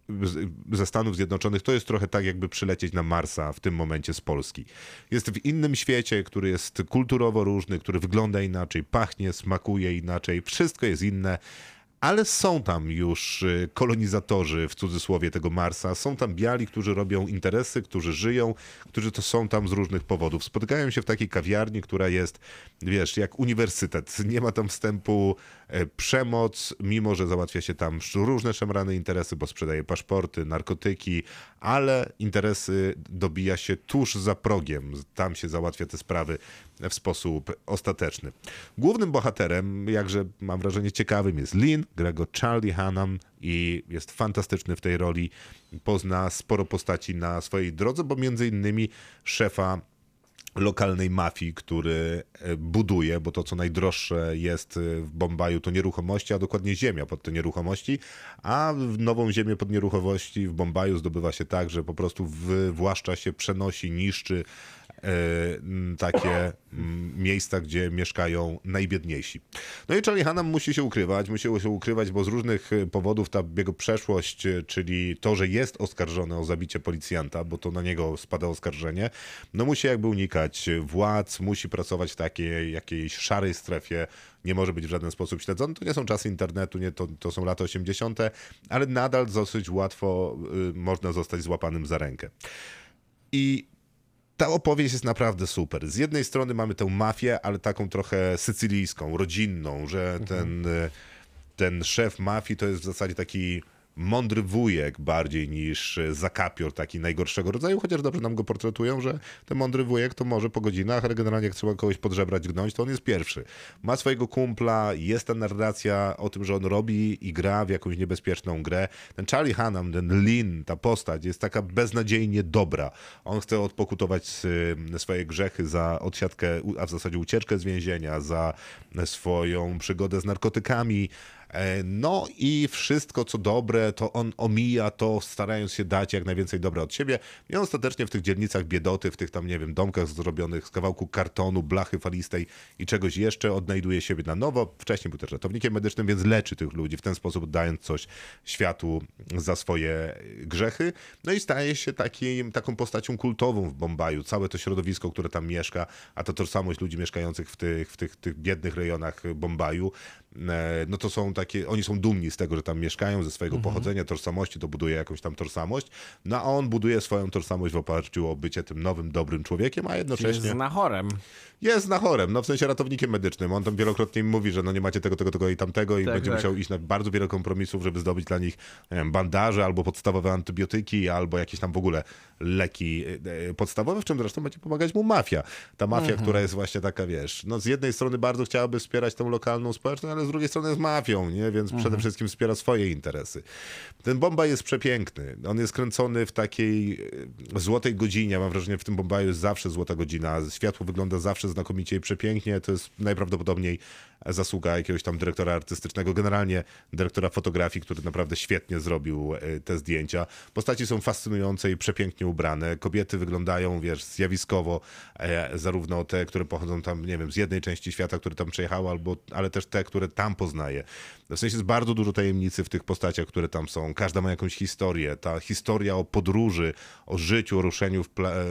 ze Stanów Zjednoczonych, to jest trochę tak, jakby przylecieć na Marsa w tym momencie z Polski. Jest w innym świecie, który jest kulturowo różny, który wygląda inaczej, pachnie, smakuje inaczej, wszystko jest inne. Ale są tam już kolonizatorzy, w cudzysłowie, tego Marsa. Są tam biali, którzy robią interesy, którzy żyją, którzy to są tam z różnych powodów. Spotykają się w takiej kawiarni, która jest, wiesz, jak uniwersytet. Nie ma tam wstępu przemoc, mimo że załatwia się tam różne szemrane interesy, bo sprzedaje paszporty, narkotyki, ale interesy dobija się tuż za progiem. Tam się załatwia te sprawy w sposób ostateczny. Głównym bohaterem, jakże mam wrażenie ciekawym, jest Lin, gra go Charlie Hunnam i jest fantastyczny w tej roli. Pozna sporo postaci na swojej drodze, bo między innymi szefa lokalnej mafii, który buduje, bo to co najdroższe jest w Bombaju to nieruchomości, a dokładnie ziemia pod te nieruchomości, a nową ziemię pod nieruchomości w Bombaju zdobywa się tak, że po prostu wywłaszcza się, przenosi, niszczy takie miejsca, gdzie mieszkają najbiedniejsi. No i Charlie Hunnam musi się ukrywać, bo z różnych powodów ta jego przeszłość, czyli to, że jest oskarżony o zabicie policjanta, bo to na niego spada oskarżenie, no musi jakby unikać władz, musi pracować w takiej jakiejś szarej strefie, nie może być w żaden sposób śledzony. To nie są czasy internetu, nie, to są lata 80., ale nadal dosyć łatwo można zostać złapanym za rękę. I ta opowieść jest naprawdę super. Z jednej strony mamy tę mafię, ale taką trochę sycylijską, rodzinną, że ten szef mafii to jest w zasadzie taki mądry wujek bardziej niż zakapior taki najgorszego rodzaju, chociaż dobrze nam go portretują, że ten mądry wujek to może po godzinach, ale generalnie jak trzeba kogoś podżebrać, gnąć, to on jest pierwszy. Ma swojego kumpla, jest ta narracja o tym, że on robi i gra w jakąś niebezpieczną grę. Ten Charlie Hunnam, ten Lin, ta postać jest taka beznadziejnie dobra. On chce odpokutować swoje grzechy za odsiadkę, a w zasadzie ucieczkę z więzienia, za swoją przygodę z narkotykami. No i wszystko co dobre, to on omija to, starając się dać jak najwięcej dobra od siebie. I on ostatecznie w tych dzielnicach biedoty, w tych tam, nie wiem, domkach zrobionych z kawałku kartonu, blachy falistej i czegoś jeszcze odnajduje siebie na nowo. Wcześniej był też ratownikiem medycznym, więc leczy tych ludzi w ten sposób, dając coś światu za swoje grzechy. No i staje się taką postacią kultową w Bombaju. Całe to środowisko, które tam mieszka, a ta tożsamość ludzi mieszkających w tych biednych rejonach Bombaju, no to są takie, oni są dumni z tego, że tam mieszkają, ze swojego pochodzenia, tożsamości, to buduje jakąś tam tożsamość, no a on buduje swoją tożsamość w oparciu o bycie tym nowym, dobrym człowiekiem, a jednocześnie... Jest znachorem. Jest znachorem, no w sensie ratownikiem medycznym. On tam wielokrotnie im mówi, że no nie macie tego i tamtego i będzie musiał iść na bardzo wiele kompromisów, żeby zdobyć dla nich, nie wiem, bandaże albo podstawowe antybiotyki, albo jakieś tam w ogóle leki podstawowe, w czym zresztą będzie pomagać mu mafia. Ta mafia, która jest właśnie taka, wiesz, no z jednej strony bardzo chciałaby wspierać tą lokalną społeczność, ale z drugiej strony jest mafią, nie? Więc przede wszystkim wspiera swoje interesy. Ten Bombaj jest przepiękny. On jest kręcony w takiej złotej godzinie. Mam wrażenie, w tym Bombaju jest zawsze złota godzina. Światło wygląda zawsze znakomicie i przepięknie. To jest najprawdopodobniej zasługa jakiegoś tam dyrektora artystycznego, generalnie dyrektora fotografii, który naprawdę świetnie zrobił te zdjęcia. Postaci są fascynujące i przepięknie ubrane. Kobiety wyglądają, wiesz, zjawiskowo, zarówno te, które pochodzą tam, nie wiem, z jednej części świata, które tam przejechały, ale też te, które tam poznaje. W sensie jest bardzo dużo tajemnicy w tych postaciach, które tam są. Każda ma jakąś historię. Ta historia o podróży, o życiu, o ruszeniu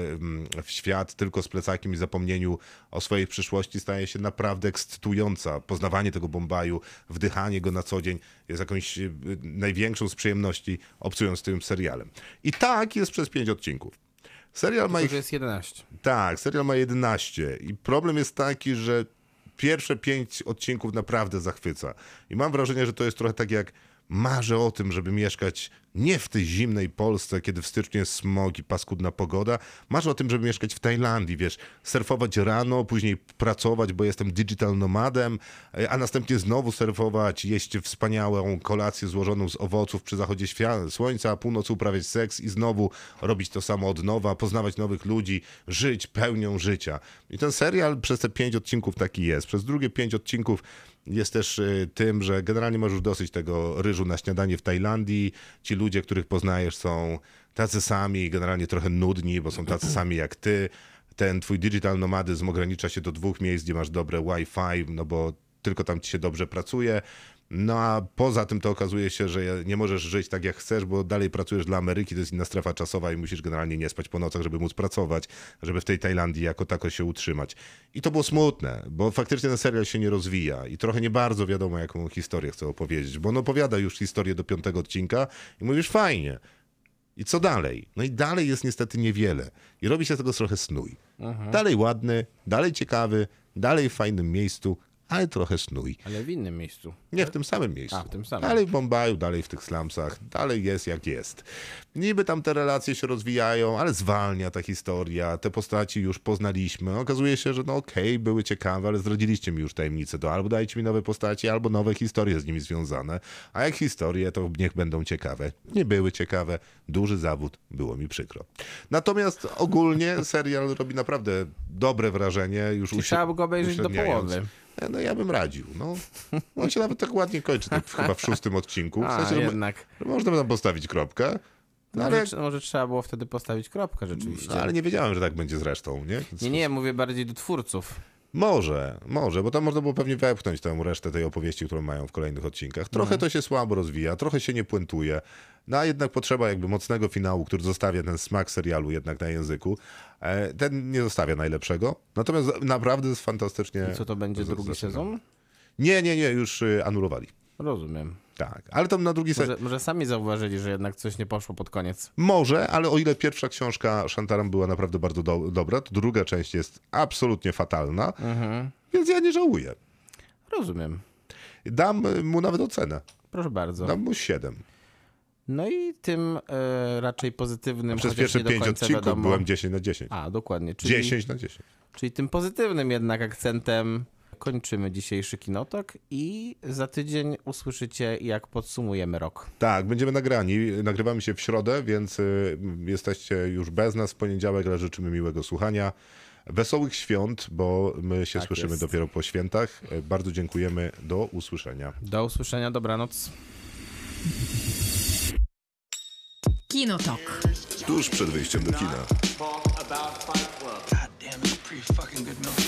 w świat tylko z plecakiem i zapomnieniu o swojej przyszłości staje się naprawdę ekscytująca. Poznawanie tego Bombaju, wdychanie go na co dzień jest jakąś największą z przyjemności, obcując z tym serialem. I tak jest przez 5 odcinków. Serial ma ich... jest 11. Tak, serial ma 11 i problem jest taki, że pierwsze 5 odcinków naprawdę zachwyca. I mam wrażenie, że to jest trochę tak jak marzę o tym, żeby mieszkać nie w tej zimnej Polsce, kiedy w styczniu jest smog i paskudna pogoda. Marzę o tym, żeby mieszkać w Tajlandii, wiesz, surfować rano, później pracować, bo jestem digital nomadem, a następnie znowu surfować, jeść wspaniałą kolację złożoną z owoców przy zachodzie słońca, a północy uprawiać seks i znowu robić to samo od nowa, poznawać nowych ludzi, żyć pełnią życia. I ten serial przez te 5 odcinków taki jest. Przez drugie 5 odcinków jest też tym, że generalnie masz już dosyć tego ryżu na śniadanie w Tajlandii. Ci ludzie, których poznajesz, są tacy sami, generalnie trochę nudni, bo są tacy sami jak ty. Ten twój digital nomadyzm ogranicza się do 2 miejsc, gdzie masz dobre Wi-Fi, no bo tylko tam ci się dobrze pracuje. No a poza tym to okazuje się, że nie możesz żyć tak jak chcesz, bo dalej pracujesz dla Ameryki, to jest inna strefa czasowa i musisz generalnie nie spać po nocach, żeby móc pracować, żeby w tej Tajlandii jako tako się utrzymać. I to było smutne, bo faktycznie ten serial się nie rozwija i trochę nie bardzo wiadomo, jaką historię chce opowiedzieć, bo on opowiada już historię do 5. odcinka i mówisz fajnie. I co dalej? No i dalej jest niestety niewiele. I robi się z tego trochę snój. Dalej ładny, dalej ciekawy, dalej w fajnym miejscu, ale trochę snój. Ale w innym miejscu. Nie w tym samym miejscu. A, w tym samym. Dalej w Bombaju, dalej w tych slumsach, dalej jest jak jest. Niby tam te relacje się rozwijają, ale zwalnia ta historia, te postaci już poznaliśmy. Okazuje się, że no okej, były ciekawe, ale zdradziliście mi już tajemnicę, to albo dajcie mi nowe postaci, albo nowe historie z nimi związane. A jak historie, to niech będą ciekawe. Nie były ciekawe, duży zawód, było mi przykro. Natomiast ogólnie serial robi naprawdę dobre wrażenie. Już Trzeba by go obejrzeć do uśredniając. połowy. No ja bym radził. No. On się nawet tak ładnie kończy, tak chyba w 6. odcinku. W sensie, że jednak. można tam postawić kropkę. No, ale, Może trzeba było wtedy postawić kropkę rzeczywiście. no, ale nie wiedziałem, że tak będzie z resztą, nie? Nie, mówię bardziej do twórców. Może, bo tam można było pewnie wepchnąć tę resztę tej opowieści, którą mają w kolejnych odcinkach. Trochę to się słabo rozwija, trochę się nie puentuje. No a jednak potrzeba jakby mocnego finału, który zostawia ten smak serialu jednak na języku. Ten nie zostawia najlepszego. Natomiast naprawdę jest fantastycznie. I co to będzie drugi sezon? Nie, już anulowali. Rozumiem. Tak, ale tam na drugi sezon. Może sami zauważyli, że jednak coś nie poszło pod koniec. Może, ale o ile pierwsza książka Shantaram była naprawdę bardzo dobra, to druga część jest absolutnie fatalna, więc ja nie żałuję. Rozumiem. Dam mu nawet ocenę. Proszę bardzo. Dam mu 7. No i tym raczej pozytywnym, Przez chociaż pierwsze nie do 5 końca odcinków wiadomo. byłem 10 na 10. A, dokładnie. 10 na 10. Czyli tym pozytywnym jednak akcentem kończymy dzisiejszy Kinotok i za tydzień usłyszycie, jak podsumujemy rok. Tak, będziemy nagrani. Nagrywamy się w środę, więc jesteście już bez nas w poniedziałek, ale życzymy miłego słuchania. Wesołych świąt, bo my się Tak słyszymy jest. dopiero po świętach. Bardzo dziękujemy. Do usłyszenia. Do usłyszenia, dobranoc. Kinotok. Tuż przed wyjściem do kina. God damn, it's a pretty fucking good movie.